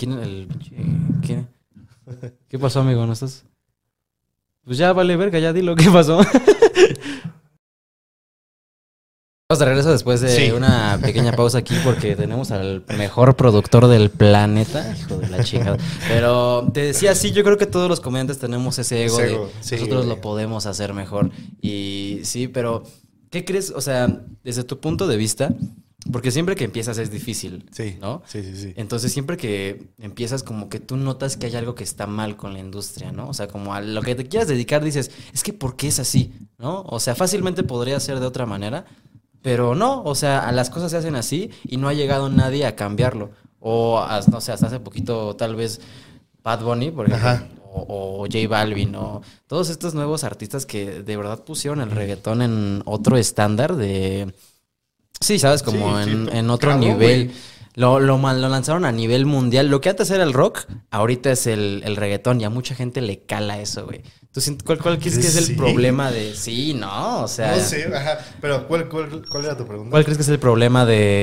¿Qué pasó, amigo? ¿No estás? Pues ya vale verga, ya dilo, ¿qué pasó? Estamos de regreso después de Sí. una pequeña pausa aquí porque tenemos al mejor productor del planeta. Hijo de la chingada. Pero te decía, sí, yo creo que todos los comediantes tenemos ese ego Ese de ego, sí, nosotros güey. lo podemos hacer mejor. Y sí, pero ¿qué crees? O sea, desde tu punto de vista, porque siempre que empiezas es difícil, Sí, ¿no? sí. Entonces siempre que empiezas como que tú notas que hay algo que está mal con la industria, ¿no? O sea, como a lo que te quieras dedicar dices, es que ¿por qué es así? ¿No? O sea, fácilmente podría ser de otra manera, pero no, o sea, las cosas se hacen así y no ha llegado nadie a cambiarlo. O, no sé, hasta hace poquito tal vez Bad Bunny, por ejemplo, Ajá. o J Balvin, o todos estos nuevos artistas que de verdad pusieron el reggaetón en otro estándar de... Sí, sabes, como Sí, en otro cabrón, nivel. güey. Lo lanzaron a nivel mundial. Lo que antes era el rock, ahorita es el reggaetón y a mucha gente le cala eso, güey. ¿Tú cuál crees que es el Sí. problema de...? Sí, no, o sea... No sé, ajá. Pero, ¿cuál era tu pregunta? ¿Cuál crees que es el problema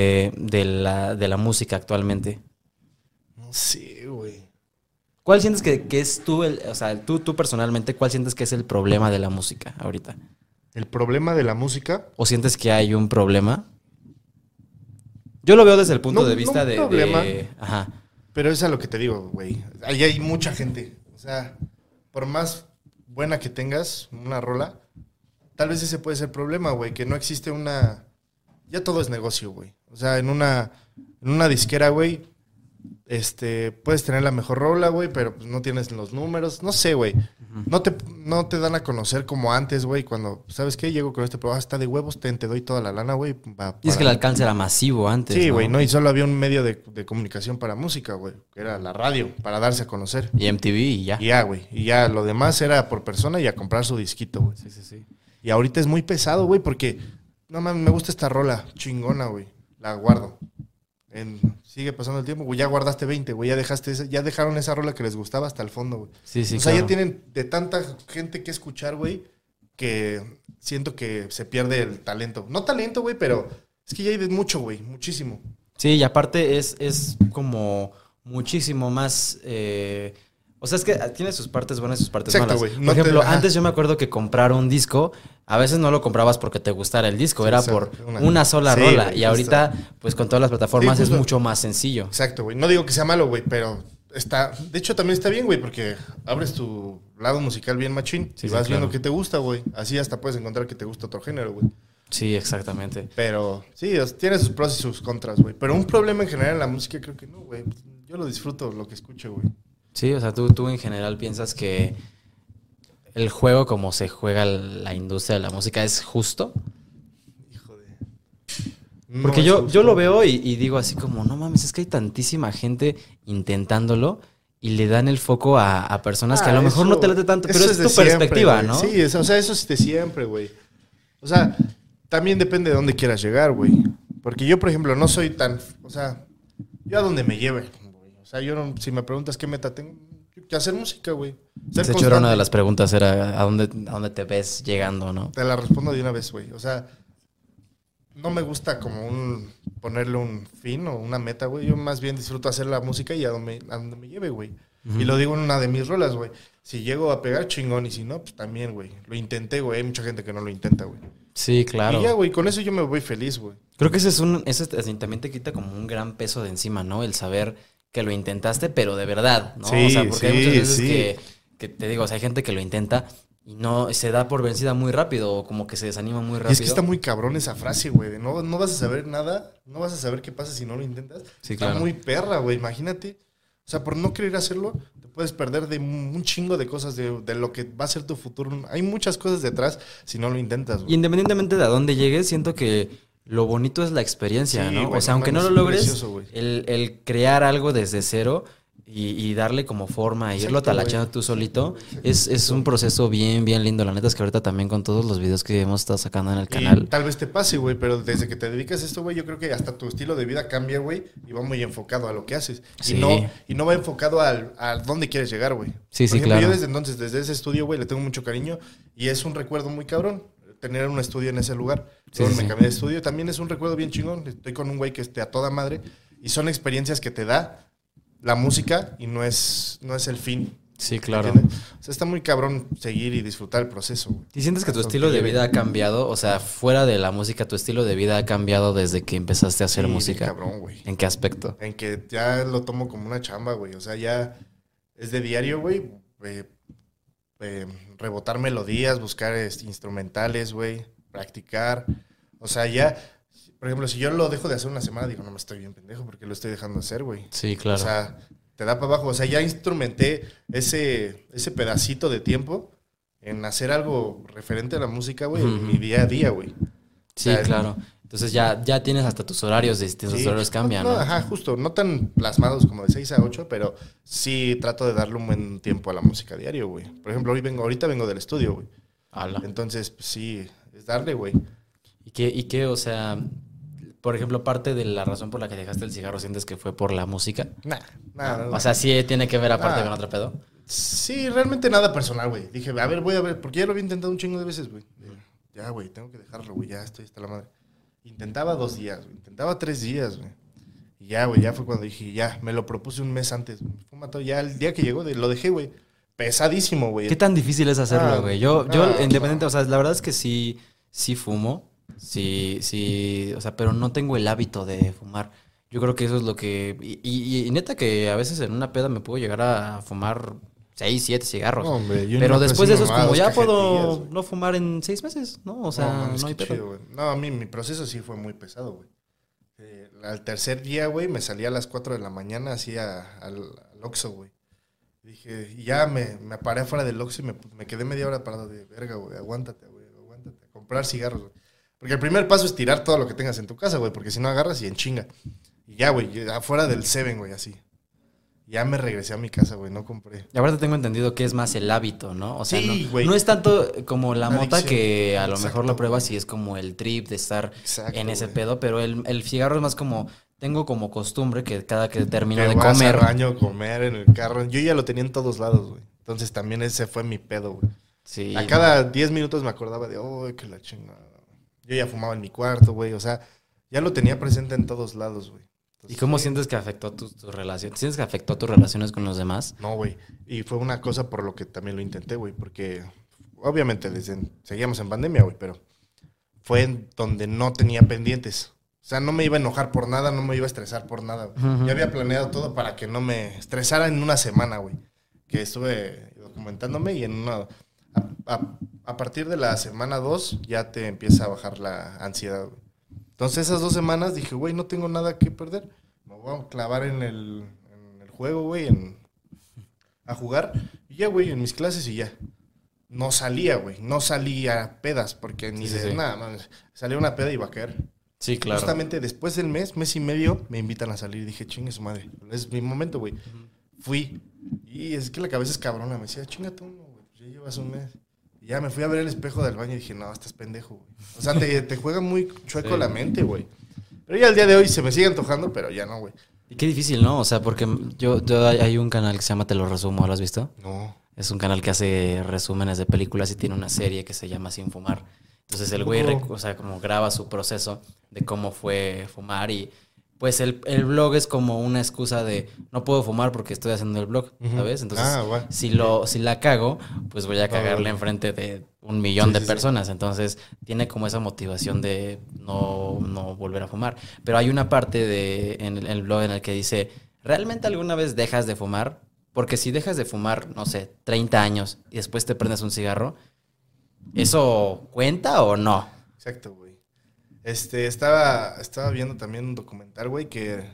de la música actualmente? No sé, güey. ¿Cuál sientes que es tú, o sea, tú personalmente, cuál sientes que es el problema de la música ahorita? El problema de la música. ¿O sientes que hay un problema? Yo lo veo desde el punto No, de no vista un de... problema. Ajá. Pero es a lo que te digo, güey. Ahí hay mucha gente. O sea, por más buena que tengas una rola, tal vez ese puede ser el problema, güey. Que no existe una... Ya todo es negocio, güey. O sea, en una disquera, güey, puedes tener la mejor rola, güey, pero pues no tienes los números. No sé, güey. No te dan a conocer como antes, güey, cuando, ¿sabes qué? Llego con este programa, está de huevos, te doy toda la lana, güey. Y es que el alcance era masivo antes, Sí, ¿no? güey, ¿no? Y solo había un medio de comunicación para música, güey, que era la radio, para darse a conocer. Y MTV y ya. Y ya, güey. Y ya lo demás era por persona y a comprar su disquito, güey. Sí. Y ahorita es muy pesado, güey, porque, no mames, me gusta esta rola, chingona, güey. La guardo. Sigue pasando el tiempo, güey, ya guardaste 20, güey, ya dejaron esa rola que les gustaba hasta el fondo, güey. Sí, O sea, claro. ya tienen de tanta gente que escuchar, güey, que siento que se pierde el talento. No talento, güey, pero es que ya hay de mucho, güey, muchísimo. Sí, y aparte es como muchísimo más... o sea, es que tiene sus partes buenas y sus partes Exacto, malas. güey. No Por ejemplo, ajá. antes yo me acuerdo que comprar un disco, a veces no lo comprabas porque te gustara el disco, Sí, era o sea, por una- una sola Sí, rola. güey, Y ahorita, pues con todas las plataformas Sí, es justo. mucho más sencillo. Exacto, güey. No digo que sea malo, güey, pero de hecho también está bien, güey, porque abres tu lado musical bien machín Sí, y sí, vas viendo claro. qué te gusta, güey. Así hasta puedes encontrar que te gusta otro género, güey. Sí, exactamente. Pero sí, tiene sus pros y sus contras, güey. Pero un problema en general en la música creo que no, güey. Yo lo disfruto, lo que escucho, güey. Sí, o sea, tú en general piensas que el juego como se juega la industria de la música es justo. Hijo de... No Porque es yo justo. lo veo y digo así como, no mames, es que hay tantísima gente intentándolo y le dan el foco a personas que a lo mejor no te late tanto, pero eso es de tu siempre, perspectiva, güey. ¿no? Sí, o sea, eso es de siempre, güey. O sea, también depende de dónde quieras llegar, güey. Porque yo, por ejemplo, no soy tan... O sea, yo a donde me lleve, güey. O sea, yo no, si me preguntas qué meta tengo, que hacer música, güey. Ser De hecho, era una de constante. las preguntas, era ¿a dónde te ves llegando, no? Te la respondo de una vez, güey. O sea, no me gusta como ponerle un fin o una meta, güey. Yo más bien disfruto hacer la música y a donde me lleve, güey. Y lo digo en una de mis rolas, güey. Si llego a pegar, chingón. Y si no, pues también, güey. Lo intenté, güey. Hay mucha gente que no lo intenta, güey. Sí, claro. Y ya, güey, con eso yo me voy feliz, güey. Creo que ese también te quita como un gran peso de encima, ¿no? El saber que lo intentaste, pero de verdad, ¿no? Sí, o sea, porque hay muchas sí, veces sí. que te digo, o sea, hay gente que lo intenta y no se da por vencida muy rápido o como que se desanima muy rápido. Y es que está muy cabrón esa frase, güey. De no vas a saber nada, no vas a saber qué pasa si no lo intentas. Sí, Está claro. muy perra, güey. Imagínate. O sea, por no querer hacerlo, te puedes perder de un chingo de cosas, de lo que va a ser tu futuro. Hay muchas cosas detrás si no lo intentas, Y güey. independientemente de a dónde llegues, siento que lo bonito es la experiencia, Sí, ¿no? güey, O sea, no aunque no mames, lo logres, precioso, güey. el crear algo desde cero y darle como forma, irlo Exacto, talachando güey. tú solito, Exacto. es un proceso bien, bien lindo. La neta es que ahorita también con todos los videos que hemos estado sacando en el Y canal. tal vez te pase, güey, pero desde que te dedicas a esto, güey, yo creo que hasta tu estilo de vida cambia, güey, y va muy enfocado a lo que haces. Sí. Y no va enfocado a dónde quieres llegar, güey. Sí, Por sí, ejemplo, claro. yo desde entonces, desde ese estudio, güey, le tengo mucho cariño y es un recuerdo muy cabrón tener un estudio en ese lugar. Sí, Luego sí, me sí. cambié de estudio, también es un recuerdo bien chingón. Estoy con un güey que esté a toda madre y son experiencias que te da la música y no es el fin Sí, claro. ¿Entiendes? O sea, está muy cabrón seguir y disfrutar el proceso, güey. ¿Y sientes que tu Hasta estilo donde de llegue. vida ha cambiado? O sea, fuera de la música, ¿tu estilo de vida ha cambiado desde que empezaste a hacer Sí, música? bien cabrón, güey. ¿En qué aspecto? En que ya lo tomo como una chamba, güey. O sea, ya es de diario, güey. Rebotar melodías, buscar instrumentales, güey. Practicar. O sea, ya, por ejemplo, si yo lo dejo de hacer una semana, digo, no me estoy bien pendejo porque lo estoy dejando de hacer, güey. Sí, claro. O sea, te da para abajo. O sea, ya instrumenté ese pedacito de tiempo en hacer algo referente a la música, güey, en mi día a día, güey. Sí, o sea, claro. Entonces ya tienes hasta tus horarios distintos, Sí. tus horarios cambian, No, ¿no? ajá, justo. No tan plasmados como de 6 a 8, pero sí trato de darle un buen tiempo a la música diario, güey. Por ejemplo, ahorita vengo del estudio, güey. Ala. Entonces, pues sí, es darle, güey. ¿Y qué, o sea, por ejemplo, parte de la razón por la que dejaste el cigarro sientes que fue por la música? Nada. O sea, sí tiene que ver aparte Ah. con otro pedo. Sí, realmente nada personal, güey. Dije, a ver, voy a ver, porque ya lo había intentado un chingo de veces, güey. Ya, güey, tengo que dejarlo, güey, ya estoy hasta la madre. Intentaba 2 días, güey. Intentaba 3 días, güey. Y ya, güey, ya fue cuando dije, ya, me lo propuse un mes antes. Fuma todo, ya el día que llegó, lo dejé, güey. Pesadísimo, güey. ¿Qué tan difícil es hacerlo, güey? Yo independiente, no. o sea, la verdad es que sí fumo. Sí, o sea, pero no tengo el hábito de fumar. Yo creo que eso es lo que... Y neta que a veces en una peda me puedo llegar a fumar 6, 7 cigarros. No, hombre, yo Pero no después de eso es mamá, como 2 ya cajetillas, puedo güey. no fumar en 6 meses, ¿no? O sea, mames, no hay qué pedo. chido, güey. No, a mí mi proceso sí fue muy pesado, güey. Al tercer día, güey, me salí a las 4 de la mañana así al Oxxo, güey. Dije, y ya me paré afuera del Oxxo y me quedé media hora parado de verga, güey, aguántate, güey, aguántate. A comprar cigarros, güey. Porque el primer paso es tirar todo lo que tengas en tu casa, güey, porque si no agarras y en chinga. Y ya, güey, afuera del Seven, güey, así. Ya me regresé a mi casa, güey, no compré. Y aparte tengo entendido que es más el hábito, ¿no? O sea, Sí, no, güey. no es tanto como la Una mota adicción. que a lo Exacto, mejor lo pruebas güey. y es como el trip de estar Exacto, en ese güey. pedo, pero el cigarro es más como, tengo como costumbre que cada que termino Que de vas comer, al baño, comer en el carro. Yo ya lo tenía en todos lados, güey. Entonces también ese fue mi pedo, güey. sí, A cada 10 minutos me acordaba de, oh, que la chingada. Yo ya fumaba en mi cuarto, güey. O sea, ya lo tenía presente en todos lados, güey. ¿Y cómo sí. sientes que afectó tus relaciones? ¿Sientes que afectó tus relaciones con los demás? No, güey. Y fue una cosa por lo que también lo intenté, güey. Porque obviamente seguíamos en pandemia, güey. Pero fue en donde no tenía pendientes. O sea, no me iba a enojar por nada, no me iba a estresar por nada, güey. Ujú. Yo había planeado todo para que no me estresara en una semana, güey. Que estuve documentándome y en una... A partir de la semana 2 ya te empieza a bajar la ansiedad, güey. Entonces esas 2 semanas dije, güey, no tengo nada que perder. Me voy a clavar en el juego, güey, a jugar. Y ya, güey, en mis clases y ya. No salía, güey. No salía a pedas porque ni Sí, de sí. nada, mames. Salía una peda y iba a caer. Sí, claro. Justamente después del mes y medio, me invitan a salir. Y dije, chingue su madre. Es mi momento, güey. Fui. Y es que la cabeza es cabrona. Me decía, chingate uno, güey. Ya llevas un mes. Y ya me fui a ver el espejo del baño y dije, no, estás pendejo, güey. O sea, te juega muy chueco Sí. la mente, güey. Pero ya al día de hoy se me sigue antojando, pero ya no, güey. Y qué difícil, ¿no? O sea, porque hay un canal que se llama Te lo resumo, ¿lo has visto? No. Es un canal que hace resúmenes de películas y tiene una serie que se llama Sin Fumar. Entonces el güey, o sea, como graba su proceso de cómo fue fumar y pues el blog es como una excusa de no puedo fumar porque estoy haciendo el blog, ¿sabes? Entonces, bueno. si la cago, pues voy a cagarle enfrente de 1 millón Sí, de sí, sí. personas. Entonces tiene como esa motivación de no volver a fumar. Pero hay una parte en el blog en el que dice, ¿realmente alguna vez dejas de fumar? Porque si dejas de fumar, no sé, 30 años y después te prendes un cigarro, ¿eso cuenta o no? Exacto, güey. Estaba viendo también un documental, güey, que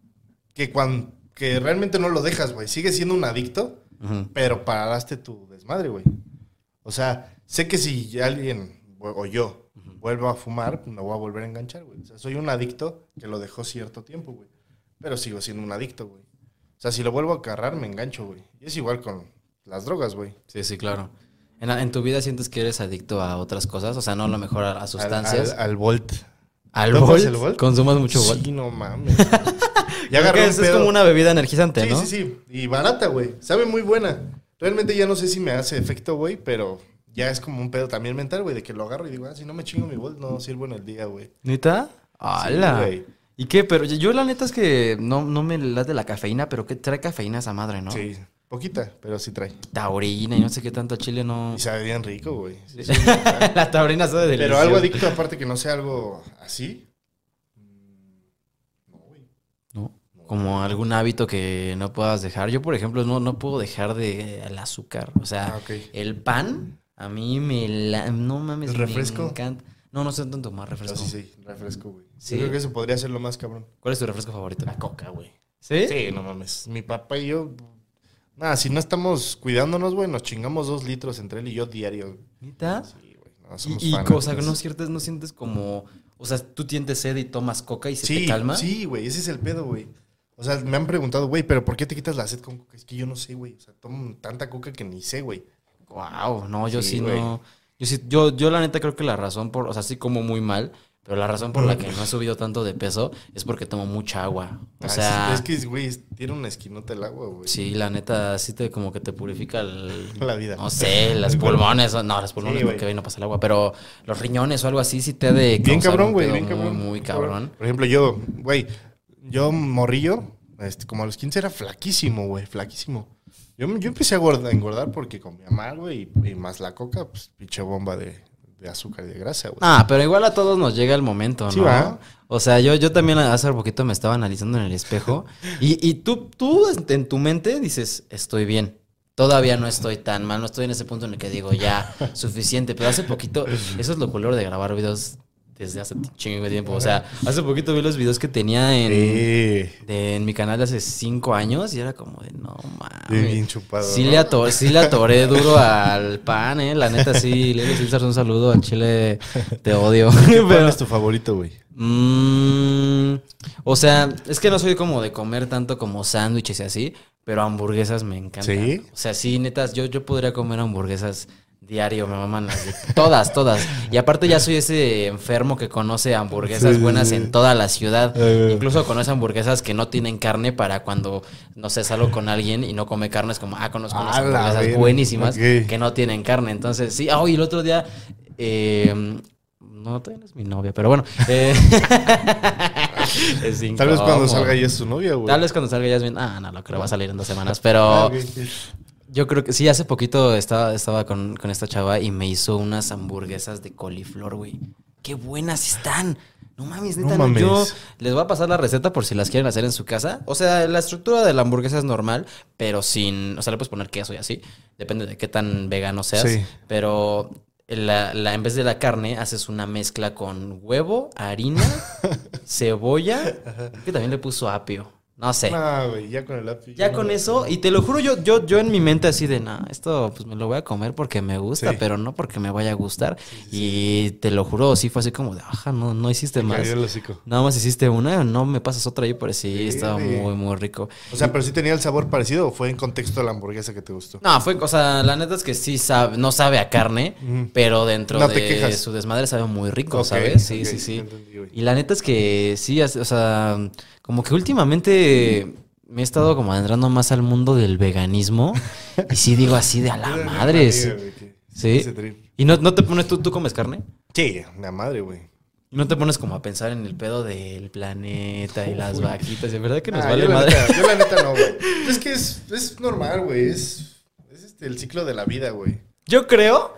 realmente no lo dejas, güey. Sigues siendo un adicto, Ujú. pero paraste tu desmadre, güey. O sea, sé que si alguien o yo vuelvo a fumar, me voy a volver a enganchar, güey. O sea, soy un adicto que lo dejó cierto tiempo, güey. Pero sigo siendo un adicto, güey. O sea, si lo vuelvo a agarrar, me engancho, güey. Y es igual con las drogas, güey. Sí, sí, claro. ¿En tu vida sientes que eres adicto a otras cosas? O sea, no a lo mejor a sustancias. Al Volt. ¿Al ¿Tomas Volt? el Volt? ¿Consumas mucho Volt? Sí, no mames. Ya Creo agarré que un es pedo. como una bebida energizante, Sí, ¿no? sí, sí. Y barata, güey. Sabe muy buena. Realmente ya no sé si me hace efecto, güey, pero ya es como un pedo también mental, güey, de que lo agarro y digo, si no me chingo mi Volt, no sirvo en el día, güey. ¿Neta? ¡Hala! güey. ¿Y qué? Pero yo la neta es que no me late la cafeína, pero que trae cafeína esa madre, ¿no? Sí. Poquita, pero sí trae. Taurina y no sé qué tanto chile no... Y sabe bien rico, güey. Sí, La taurina sabe delicioso. pero algo adicto, aparte que no sea algo así. No, güey. ¿No? Como algún hábito que no puedas dejar. Yo, por ejemplo, no puedo dejar de el azúcar. O sea, Ok. el pan, a mí no mames, ¿El refresco? me encanta. No sé tanto más refresco. Sí, refresco, güey. Sí. Yo creo que eso podría ser lo más cabrón. ¿Cuál es tu refresco favorito? La coca, güey. ¿Sí? Sí, no mames. Mi papá y yo... Nada, si no estamos cuidándonos, güey, nos chingamos 2 litros entre él y yo diario. ¿Neta? Sí, güey. No, somos Y fanáticos. cosa que no sientes como... O sea, tú tienes sed y tomas coca y se te calma. Sí, güey, ese es el pedo, güey. O sea, me han preguntado, güey, ¿pero por qué te quitas la sed con coca? Es que yo no sé, güey. O sea, tomo tanta coca que ni sé, güey. Wow, no, yo sí güey. no... Yo la neta creo que la razón por... O sea, sí como muy mal, pero la razón por la que no he subido tanto de peso es porque tomo mucha agua. O sea... Es que, güey, tiene una esquinota el agua, güey. Sí, la neta, sí te como que te purifica La vida. No sé, los pulmones. No, los pulmones Sí, güey. porque ahí no pasa el agua. Pero los riñones o algo así sí te ha de Bien causar cabrón, un güey, pedo bien cabrón. muy cabrón. Por ejemplo, yo morrillo, como a los 15 era flaquísimo, güey, flaquísimo. Yo empecé a engordar porque comía mal, güey, y más la coca, pues pinche bomba de azúcar y de grasa, güey. Ah, pero igual a todos nos llega el momento, ¿no? Sí, ¿va? O sea, yo también hace poquito me estaba analizando en el espejo y tú en tu mente dices, estoy bien. Todavía no estoy tan mal, no estoy en ese punto en el que digo, ya, suficiente. Pero hace poquito, eso es lo culero de grabar videos desde hace chingo de tiempo. O sea, hace poquito vi los videos que tenía en mi canal de hace 5 años y era como de, no mames. Bien chupado. Sí, ¿no? le atoré duro al pan, la neta sí. Lele Silsar, un saludo al chile, te odio. ¿Cuál es tu favorito, güey? O sea, es que no soy como de comer tanto como sándwiches y así, pero hamburguesas me encantan. ¿Sí? O sea, sí, netas, yo podría comer hamburguesas diario, me maman todas. Y aparte ya soy ese enfermo que conoce hamburguesas buenas en toda la ciudad. Incluso conoce hamburguesas que no tienen carne para cuando, no sé, salgo con alguien y no come carne. Es como, conozco unas hamburguesas buenísimas que no tienen carne. Entonces, sí. Y el otro día... no, todavía no es mi novia, pero bueno. Es Tal vez cuando salga ya es su novia, güey. Tal vez cuando salga ya es bien... no lo creo, va a salir en 2 semanas. Pero yo creo que sí, hace poquito estaba con esta chava y me hizo unas hamburguesas de coliflor, güey. ¡Qué buenas están! No mames, neta, No mames. yo les voy a pasar la receta por si las quieren hacer en su casa. O sea, la estructura de la hamburguesa es normal, pero sin... O sea, le puedes poner queso y así. Depende de qué tan vegano seas. Sí. Pero... en vez de la carne, haces una mezcla con huevo, harina, cebolla, que también le puso apio. No sé. Güey, ya con el lápiz. Ya con eso, y te lo juro, yo en mi mente así de, esto pues me lo voy a comer porque me gusta, Sí. pero no porque me vaya a gustar. Y te lo juro, sí fue así como de, no hiciste Me más. cayó el hocico. Nada más hiciste una, no me pasas otra. Yo por sí, Sí, estaba güey. muy rico. O sea, pero sí tenía el sabor parecido o fue en contexto de la hamburguesa que te gustó. No, o sea, la neta es que sí no sabe a carne, pero dentro No te de quejas. su desmadre sabe muy rico, Ok, ¿sabes? Sí. ya entendí, güey. Y la neta es que sí, o sea, como que últimamente me he estado como adentrando más al mundo del veganismo y sí digo así de a la madre. Sí. Ese trip. ¿Y no te pones, tú comes carne? Sí, la madre, güey. ¿Y no te pones como a pensar en el pedo del planeta y las vaquitas? ¿De verdad que nos Yo vale la madre? neta, yo la neta no, güey. Es que es normal, güey. Es el ciclo de la vida, güey. Yo creo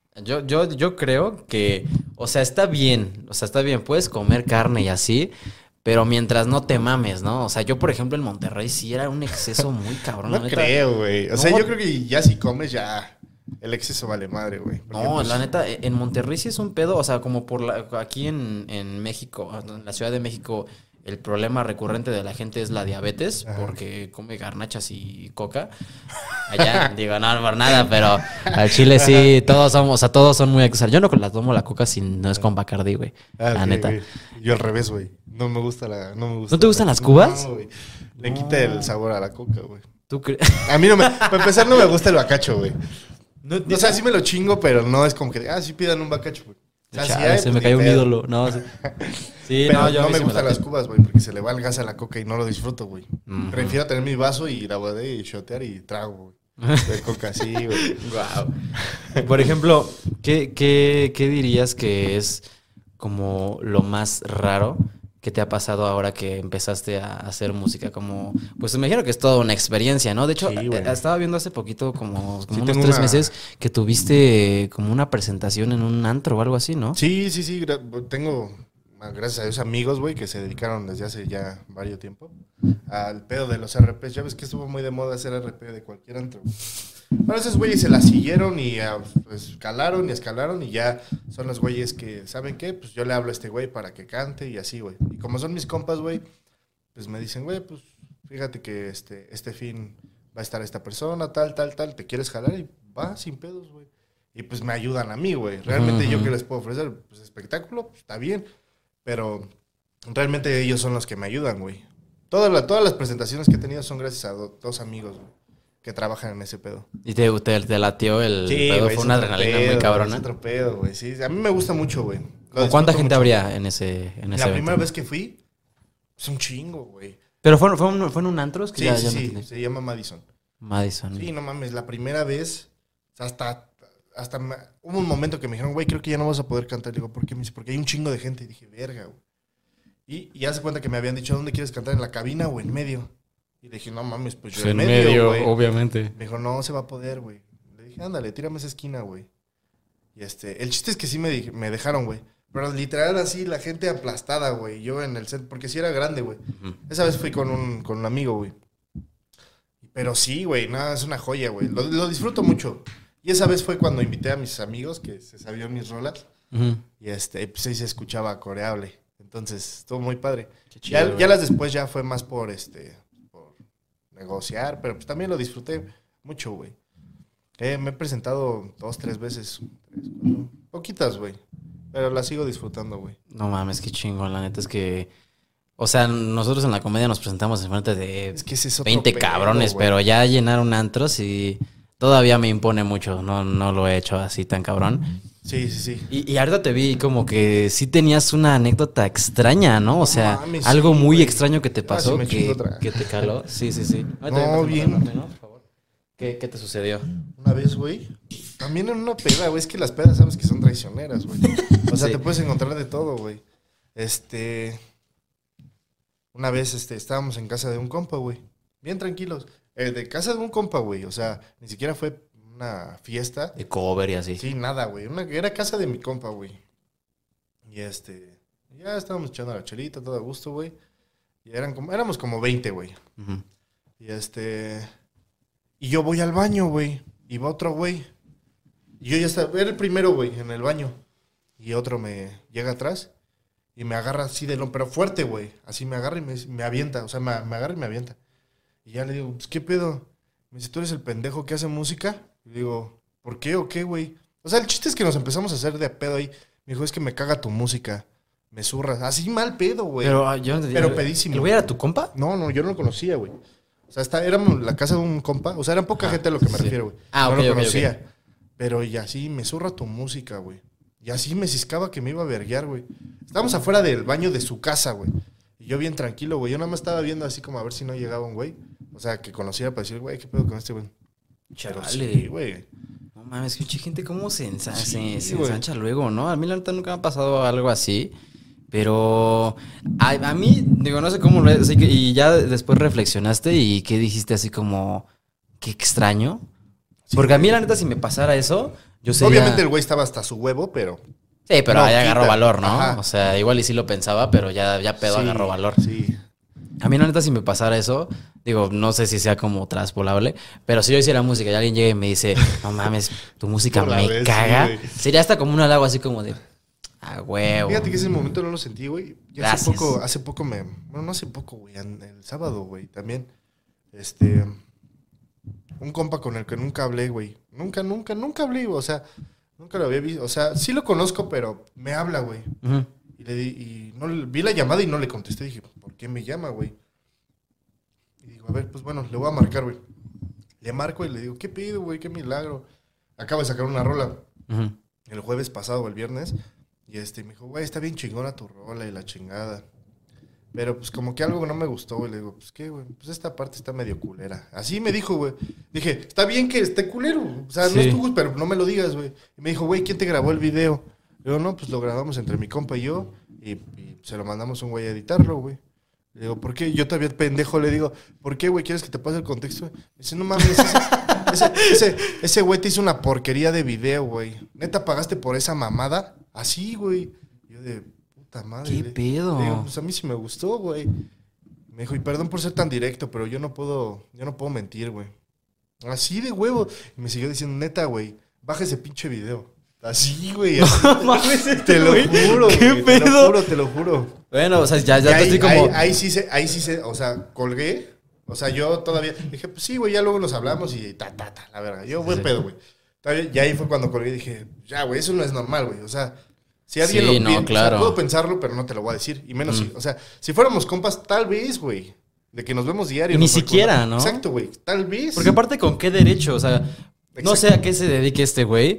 que, o sea, está bien, puedes comer carne y así, pero mientras no te mames, ¿no? O sea, yo, por ejemplo, en Monterrey sí era un exceso muy cabrón. No la neta. creo, güey. O sea, No. yo creo que ya si comes, ya el exceso vale madre, güey. Porque, No, pues, la neta, en Monterrey sí es un pedo, o sea, como aquí en México, en la Ciudad de México, el problema recurrente de la gente es la diabetes, porque come garnachas y coca. Allá, digo, no por nada, pero al Chile sí, todos son muy excesos. Yo no la tomo la coca si no es con Bacardi, güey. La ok, neta. güey. Yo al revés, güey. No me gusta ¿No te gustan las cubas? No, güey. Le quita el sabor a la coca, güey. ¿Tú crees? A mí para empezar no me gusta el bacacho, güey. No, O sea, sí me lo chingo, pero no es como que, sí pidan un bacacho, güey. O sea, Chale, sí hay, se pues, me ni cayó un pedo. ídolo. No, sí. Sí, Pero yo a no mí me sí gustan late. las cubas, güey, porque se le va el gas a la coca y no lo disfruto, güey. Ujú. Prefiero tener mi vaso y la bodear y shotear y trago, güey. De coca, sí, güey. Wow. Por ejemplo, ¿qué dirías que es como lo más raro ¿Qué te ha pasado ahora que empezaste a hacer música? Como, pues me imagino que es toda una experiencia, ¿no? De hecho, Sí, güey. estaba viendo hace poquito, como Sí, unos tengo 3 meses, que tuviste como una presentación en un antro o algo así, ¿no? Sí. Tengo, gracias a Dios, amigos, güey, que se dedicaron desde hace ya varios tiempo al pedo de los RPs. Ya ves que estuvo muy de moda hacer RP de cualquier antro. Bueno, esos güeyes se la siguieron y pues, escalaron y ya son los güeyes que, ¿saben qué? Pues yo le hablo a este güey para que cante y así, güey. Y como son mis compas, güey, pues me dicen, güey, pues fíjate que este fin va a estar esta persona, tal, ¿te quieres jalar? Y va, sin pedos, güey. Y pues me ayudan a mí, güey. Realmente yo, ¿qué les puedo ofrecer? Pues espectáculo, pues está bien, pero realmente ellos son los que me ayudan, güey. Todas las presentaciones que he tenido son gracias a dos amigos, güey, que trabajan en ese pedo. ¿Y te latió el pedo? Güey, Fue una adrenalina muy cabrona. Es otro pedo, güey. Sí, a mí me gusta mucho, güey. ¿Cuánta gente habría en ese La evento? primera vez que fui, es un chingo, güey. ¿Pero fue en un antro? Es que Sí, ya sí, no sí. tiene- Se llama Madison. Madison. Sí, no mames, la primera vez, hubo un momento que me dijeron, güey, creo que ya no vas a poder cantar. Le digo, ¿por qué? Me dice, porque hay un chingo de gente. Y dije, verga, güey. Y ya se cuenta que me habían dicho, ¿dónde quieres cantar? ¿En la cabina o en medio? Y le dije, no mames, pues yo Pues en medio, güey. obviamente. Me dijo, no se va a poder, güey. Le dije, ándale, tírame esa esquina, güey. Y el chiste es que sí me dejaron, güey. Pero literal así, la gente aplastada, güey. Yo en el set, porque sí era grande, güey. Esa vez fui con un amigo, güey. Pero sí, güey, nada, es una joya, güey. Lo disfruto mucho. Y esa vez fue cuando invité a mis amigos, que se sabían mis rolas. Ujú. Y pues ahí se escuchaba coreable. Entonces, estuvo muy padre. Qué chido, Ya las después ya fue más por negociar, pero pues también lo disfruté mucho, güey. Me he presentado 2, 3 veces. 3, 4. Poquitas, güey. Pero las sigo disfrutando, güey. No mames, qué chingón. La neta es que... O sea, nosotros en la comedia nos presentamos en frente de Es que ese es otro 20 pedo, cabrones, güey. pero ya llenar un antro sí... Todavía me impone mucho. No lo he hecho así tan cabrón. Sí, sí, sí. Y ahorita te vi como que sí tenías una anécdota extraña, ¿no? O sea, mames, algo sí, muy güey. extraño que te pasó sí me chingo que, otra. que te caló. Sí, sí, sí. No, bien. ¿No? Por favor. ¿Qué te sucedió? Una vez, güey. También en una peda, güey. Es que las pedas sabes que son traicioneras, güey. O sea, Sí. te puedes encontrar de todo, güey. Una vez estábamos en casa de un compa, güey. Bien tranquilos. De casa de un compa, güey. O sea, ni siquiera fue una fiesta. De cover y así. Sí, nada, güey. Era casa de mi compa, güey. Y ya estábamos echando la chelita, todo a gusto, güey. Y éramos como 20, güey. Ujú. Y yo voy al baño, güey. Y va otro güey. Y yo ya estaba, era el primero, güey, en el baño. Y otro me llega atrás y me agarra así del hombro, pero fuerte, güey. Así me agarra y me avienta. O sea, me agarra y me avienta. Y ya le digo, pues, ¿qué pedo? Me dice, ¿tú eres el pendejo que hace música? Y digo, ¿por qué o qué, güey? O sea, el chiste es que nos empezamos a hacer de pedo ahí. Me dijo, es que me caga tu música. Me zurras. Así mal pedo, güey. Pero yo no entendí. Pero pedísimo. ¿El güey era tu compa? No, yo no lo conocía, güey. O sea, éramos la casa de un compa. O sea, eran poca gente a lo que me sí. refiero, güey. Ah, no ok, lo ok, conocía. Pero y así me zurra tu música, güey. Y así me ciscaba que me iba a verguear, güey. Estábamos afuera del baño de su casa, güey. Y yo bien tranquilo, güey. Yo nada más estaba viendo así como a ver si no llegaba un güey. O sea, que conociera para decir, güey, ¿qué pedo con este güey? Pero Chale. sí, güey. No mames, que gente cómo se Sí, güey. ensancha luego, ¿no? A mí la neta nunca me ha pasado algo así. Pero a mí, digo, no sé cómo lo es. Así que, y ya después reflexionaste y qué dijiste así como, qué extraño. Sí, Porque a mí güey. la neta si me pasara eso, yo sería... Obviamente el güey estaba hasta su huevo, pero... Sí, pero no ahí agarró quita. valor, ¿no? Ajá. O sea, igual y sí lo pensaba, pero ya pedo Sí, agarró valor. Sí. A mí la neta si me pasara eso, digo, no sé si sea como traspolable, pero si yo hiciera música y alguien llega y me dice, no mames, tu música Por la me vez, caga, sí, güey. sería hasta como un halago así como de, ah, huevo. Fíjate que ese momento no lo sentí, güey. Y Gracias. hace poco bueno, no hace poco, güey, el sábado, güey, también, un compa con el que nunca hablé, güey. Nunca hablé, güey, o sea, nunca lo había visto, o sea, sí lo conozco, pero me habla, güey. Ujú. Vi la llamada y no le contesté, dije, ¿por qué me llama, güey? Y digo, a ver, pues bueno, le voy a marcar, güey. Le marco y le digo, ¿qué pido, güey? ¿Qué milagro? Acabo de sacar una rola Ujú. el jueves pasado, el viernes, y me dijo, güey, está bien chingona tu rola y la chingada. Pero pues como que algo no me gustó, güey. Le digo, pues qué, güey, pues esta parte está medio culera. Así me dijo, güey. Dije, está bien que esté culero. O sea, no Sí. es tu gusto, pero no me lo digas, güey. Y me dijo, güey, ¿quién te grabó el video? Le digo, no, pues lo grabamos entre mi compa y yo. y se lo mandamos a un güey a editarlo, güey. Le digo, ¿por qué? Yo todavía pendejo le digo, ¿por qué, güey? ¿Quieres que te pase el contexto? Me dice, no mames, ese güey te hizo una porquería de video, güey. ¿Neta pagaste por esa mamada? Así, güey. Yo de puta madre. ¿Qué pedo? Le digo, pues a mí sí me gustó, güey. Me dijo, y perdón por ser tan directo, pero yo no puedo mentir, güey. Así de huevo. Y me siguió diciendo, neta, güey, baja ese pinche video. Así, güey. Te lo juro, ¿Qué güey, pedo? te lo juro. Bueno, o sea, ya te estoy como... Ahí sí se, o sea, colgué. O sea, yo todavía dije, pues sí, güey, ya luego nos hablamos y la verga. Yo, buen pedo, güey. Y ahí fue cuando colgué y dije, ya, güey, eso no es normal, güey. O sea, si alguien Sí, lo no, piensa, claro. o sea, puedo pensarlo, pero no te lo voy a decir. Y menos si, o sea, si fuéramos compas, tal vez, güey. De que nos vemos diario. Y ni siquiera, ¿no? Exacto, güey. Tal vez. Porque aparte, ¿con qué derecho? O sea, no sé a qué se dedique este güey,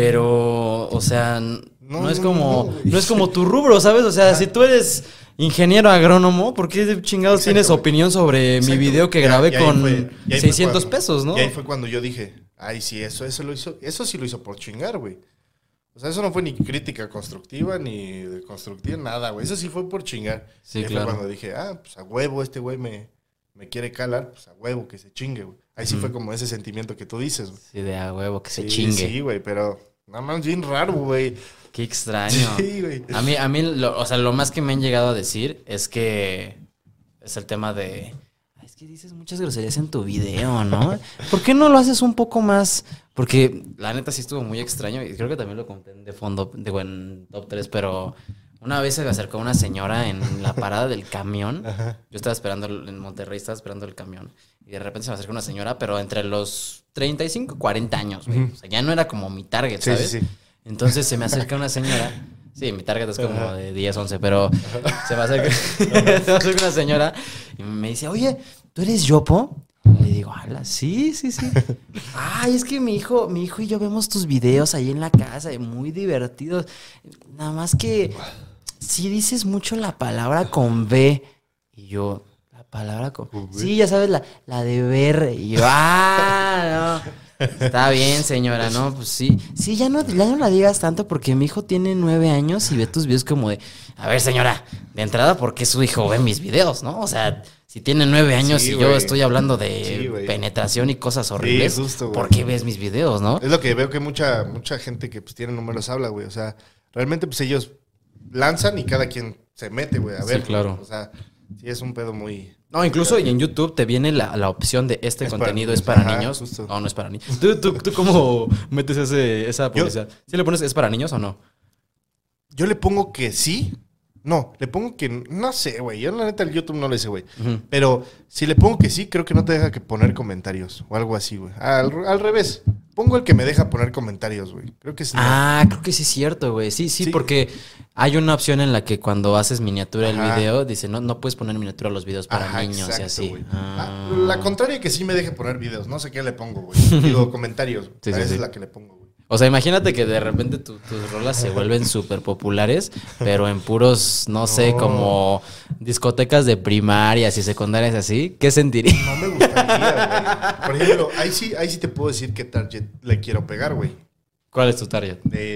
pero, o sea, no es como tu rubro, ¿sabes? O sea, si tú eres ingeniero agrónomo, ¿por qué chingados Exacto, tienes güey. opinión sobre Exacto. mi video que Ya, grabé y ahí con y ahí 600 cuando- pesos, ¿no? Y ahí fue cuando yo dije, ay, sí, eso lo hizo, eso sí lo hizo por chingar, güey. O sea, eso no fue ni crítica constructiva, ni de constructiva, nada, güey. Eso sí fue por chingar. Sí, Y ahí claro. fue cuando dije, pues a huevo, este güey me quiere calar, pues a huevo, que se chingue, güey. Ahí sí fue como ese sentimiento que tú dices, güey. Sí, de a huevo, que se Sí, chingue. Sí, güey, pero nada más bien raro, güey. Qué extraño. Sí, güey. A mí o sea, lo más que me han llegado a decir es que es el tema de... "Ay, es que dices muchas groserías en tu video, ¿no? ¿Por qué no lo haces un poco más? Porque la neta sí estuvo muy extraño y creo que también lo conté de fondo, digo, en top 3, pero una vez se me acercó una señora en la parada del camión. Yo estaba esperando, en Monterrey estaba esperando el camión y de repente se me acercó una señora, pero entre los 35 y 40 años, güey. O sea, ya no era como mi target, Sí, ¿sabes? sí, sí. Entonces se me acerca una señora. Sí, mi target es como de 10, 11, pero se me acerca, se me acerca una señora y me dice, oye, ¿tú eres Yopo? Le digo, ala, sí. Ay, es que mi hijo y yo vemos tus videos ahí en la casa, muy divertidos. Nada más que sí dices mucho la palabra con B. Y yo, la palabra con... Sí, ya sabes, la de ver. Y yo, no. Está bien, señora, ¿no? Pues sí. Sí, ya no la digas tanto porque mi hijo tiene 9 años y ve tus videos como de... A ver, señora, de entrada, ¿por qué su hijo ve mis videos, no? O sea, si tiene 9 años Sí, y yo güey. estoy hablando Sí, de güey. penetración y cosas horribles, justo, güey. ¿por qué ves mis videos, no? Es lo que veo que mucha gente que pues tiene números habla, güey. O sea, realmente pues ellos lanzan y cada quien se mete, güey, a Sí, ver. claro. O sea, sí es un pedo muy... No, incluso y en YouTube te viene la opción de este Es para contenido niños. es para Ajá, niños. justo. No, no es para niños. ¿Tú cómo metes esa publicidad? ¿Sí le pones es para niños o no? Yo le pongo que sí. No, le pongo que... No sé, güey. Yo la neta el YouTube no le sé, güey. Ujú. Pero si le pongo que sí, creo que no te deja que poner comentarios o algo así, güey. Al revés. Pongo el que me deja poner comentarios, güey. Creo que es... Creo que sí es cierto, güey. Sí, Sí. porque hay una opción en la que cuando haces miniatura el Ajá. video, dice, no puedes poner miniatura a los videos para Ajá, niños y exacto, así. güey. Ah. La contraria que sí me deje poner videos. No sé qué le pongo, güey. Digo, comentarios. Sí, Esa sí. es la que le pongo, güey. O sea, imagínate que de repente tus rolas se vuelven súper populares, pero en puros, no sé, como discotecas de primarias y secundarias así. ¿Qué sentirías? No me gustaría, güey. Por ejemplo, ahí sí te puedo decir qué target le quiero pegar, güey. ¿Cuál es tu target?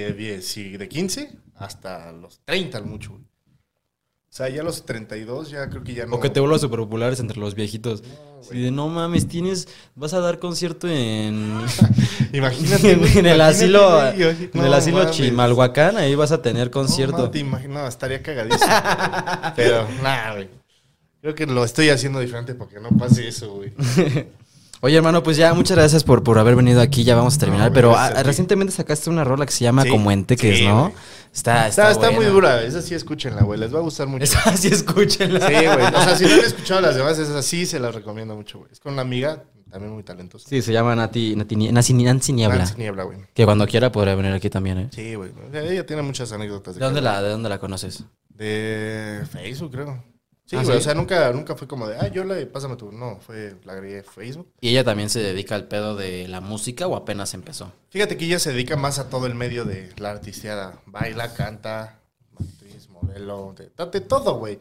De 15 hasta los 30 al mucho, güey. O sea, ya los 32 ya creo que ya no... O que te vuelvas súper populares entre los viejitos. güey. Sí, de no mames, vas a dar concierto en... Imagínate, güey, en el asilo, imagínate, güey, yo así, en no el asilo mames. Chimalhuacán, ahí vas a tener concierto. No, estaría cagadísimo. güey. Pero, nada, güey. Creo que lo estoy haciendo diferente para que no pase eso, güey. Oye, hermano, pues ya, muchas gracias por haber venido aquí. Ya vamos a terminar. No, pero gracias a ti. recientemente sacaste una rola que se llama Sí, Como Enteques, sí, ¿no? güey. Está Está muy buena. dura. Esa sí escúchenla, güey. Les va a gustar mucho. Esa sí, escúchenla. Sí, güey. O sea, si no han escuchado las demás, esas sí se las recomiendo mucho, güey. Es con una amiga también muy talentosa. Sí, se llama Nancy Niebla. Nancy Niebla, güey. Que cuando quiera podría venir aquí también, ¿eh? Sí, güey. O sea, ella tiene muchas anécdotas. ¿De dónde la conoces? De Facebook, creo. Sí, ¿Ah, güey. sí? O sea, nunca fue como de, pásame tu... No, la agregué a Facebook. ¿Y ella también se dedica al pedo de la música o apenas empezó? Fíjate que ella se dedica más a todo el medio de la artisteada. Baila, canta, actriz, modelo, de todo, güey.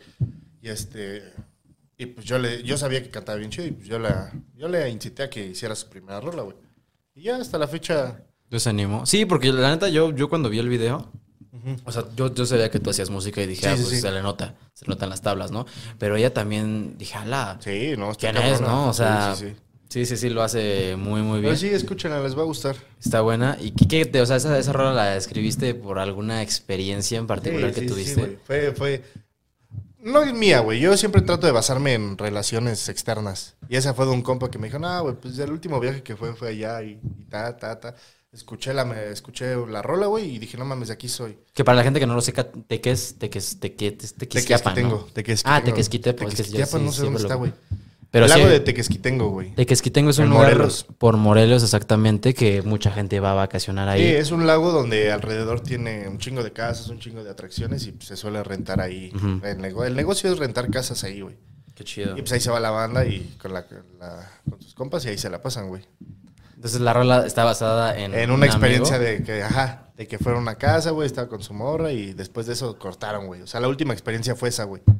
Y pues yo sabía que cantaba bien chido y pues yo le incité a que hiciera su primera rola, güey. Y ya hasta la fecha... ¿Yo se animó? Sí, porque la neta yo cuando vi el video O sea, yo sabía que tú hacías música y dije, Sí, pues sí. se le nota, se notan las tablas, ¿no? Pero ella también, dije, ala, Sí, no, está ¿quién es, cabrona. no? O sea, Sí. sí, lo hace muy, muy bien. Pero sí, escúchenla, les va a gustar. Está buena. ¿Y o sea, esa rola la escribiste por alguna experiencia en particular que tuviste? Sí, fue... No es mía, güey. Yo siempre trato de basarme en relaciones externas. Y esa fue de un compa que me dijo, no, güey, pues el último viaje que fue allá y ta. Escuché la rola, güey, y dije, no mames, de aquí soy. Que para la gente que no lo sepa, Tequesquiapan, ¿no? Tequesquitepo. Es que yo Tequesquitepo, sí, no sé dónde siempre está, lo- güey. Pero El sí, lago de Tequesquitengo, güey. Tequesquitengo es un En lugar Morelos. por Morelos, exactamente, que mucha gente va a vacacionar Sí, ahí. es un lago donde alrededor tiene un chingo de casas, un chingo de atracciones y pues, se suele rentar ahí. Ujú. El negocio es rentar casas ahí, güey. Qué chido. Y pues ahí se va la banda y con sus compas y ahí se la pasan, güey. Entonces la rola está basada en En un una experiencia amigo. de que fueron a una casa, güey, estaba con su morra y después de eso cortaron, güey. O sea, la última experiencia fue esa, güey.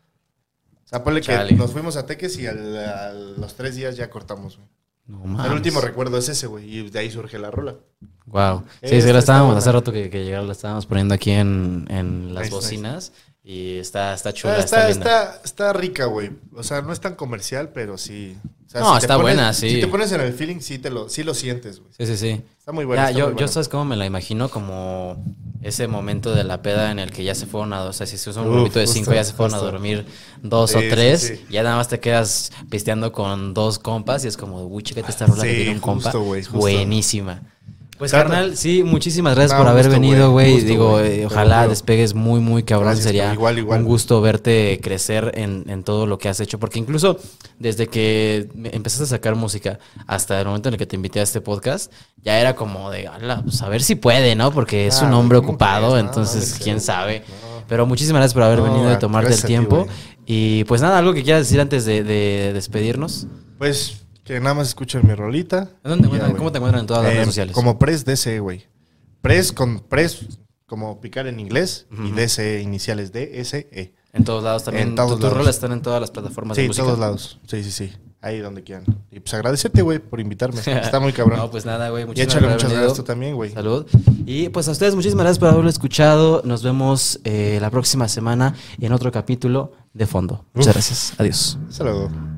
O sea, ponle Chale. que nos fuimos a Teques y a los 3 días ya cortamos, güey. No El mames. último recuerdo es ese, güey, y de ahí surge la rola. Wow. Sí, Esta la estábamos, está hace buena. rato que llegaron, la estábamos poniendo aquí en las Nice, bocinas. Y está chula, está linda. Está rica, güey. O sea, no es tan comercial, pero sí. O sea, No, te está buena, sí. Si te pones en el feeling, sí lo sientes, güey. Sí. Está muy buena. Ya, está yo muy buena. ¿sabes cómo me la imagino? Como ese momento de la peda en el que ya se fueron o sea, si se usa un Uf, grupito de justo, 5, ya se fueron a justo. dormir 2 Sí, o sí, 3, sí. ya nada más te quedas pisteando con 2 compas y es como, uy, chécate esta rola que Sí, tiene un compa. justo, güey, justo. Buenísima. Pues Claro. carnal, sí, muchísimas gracias No, por un haber gusto, venido, güey, güey. un gusto, Digo, güey, te lo ojalá juro. despegues muy, muy cabrón. Gracias, Sería igual. un gusto verte crecer en todo lo que has hecho. Porque incluso desde que empezaste a sacar música hasta el momento en el que te invité a este podcast, ya era como de, ala, pues a ver si puede, ¿no? Porque es un güey, hombre ¿cómo ocupado, crees? No, entonces no, quién no, sabe. no. Pero muchísimas gracias por haber No, venido y tomarte el gracias a ti, tiempo. güey. Y pues nada, algo que quieras decir antes de despedirnos. Pues que nada más escuchen mi rolita. ¿Dónde, y ya, ¿Cómo güey. te encuentran en todas las redes sociales? Como Press DC, güey. Press, como picar en inglés, y DC iniciales DSE. En todos lados también. En todos Tus lados. rolas están en todas las plataformas Sí, de en música. todos lados. Sí. Ahí donde quieran. Y pues agradecerte, güey, por invitarme. Está muy cabrón. No, pues nada, güey. Y Muchísimas échale gracias muchas por haber gracias tú venido. también, güey. Salud. Y pues a ustedes muchísimas gracias por haberlo escuchado. Nos vemos la próxima semana en otro capítulo de Fondo. Muchas gracias. Adiós. Hasta luego.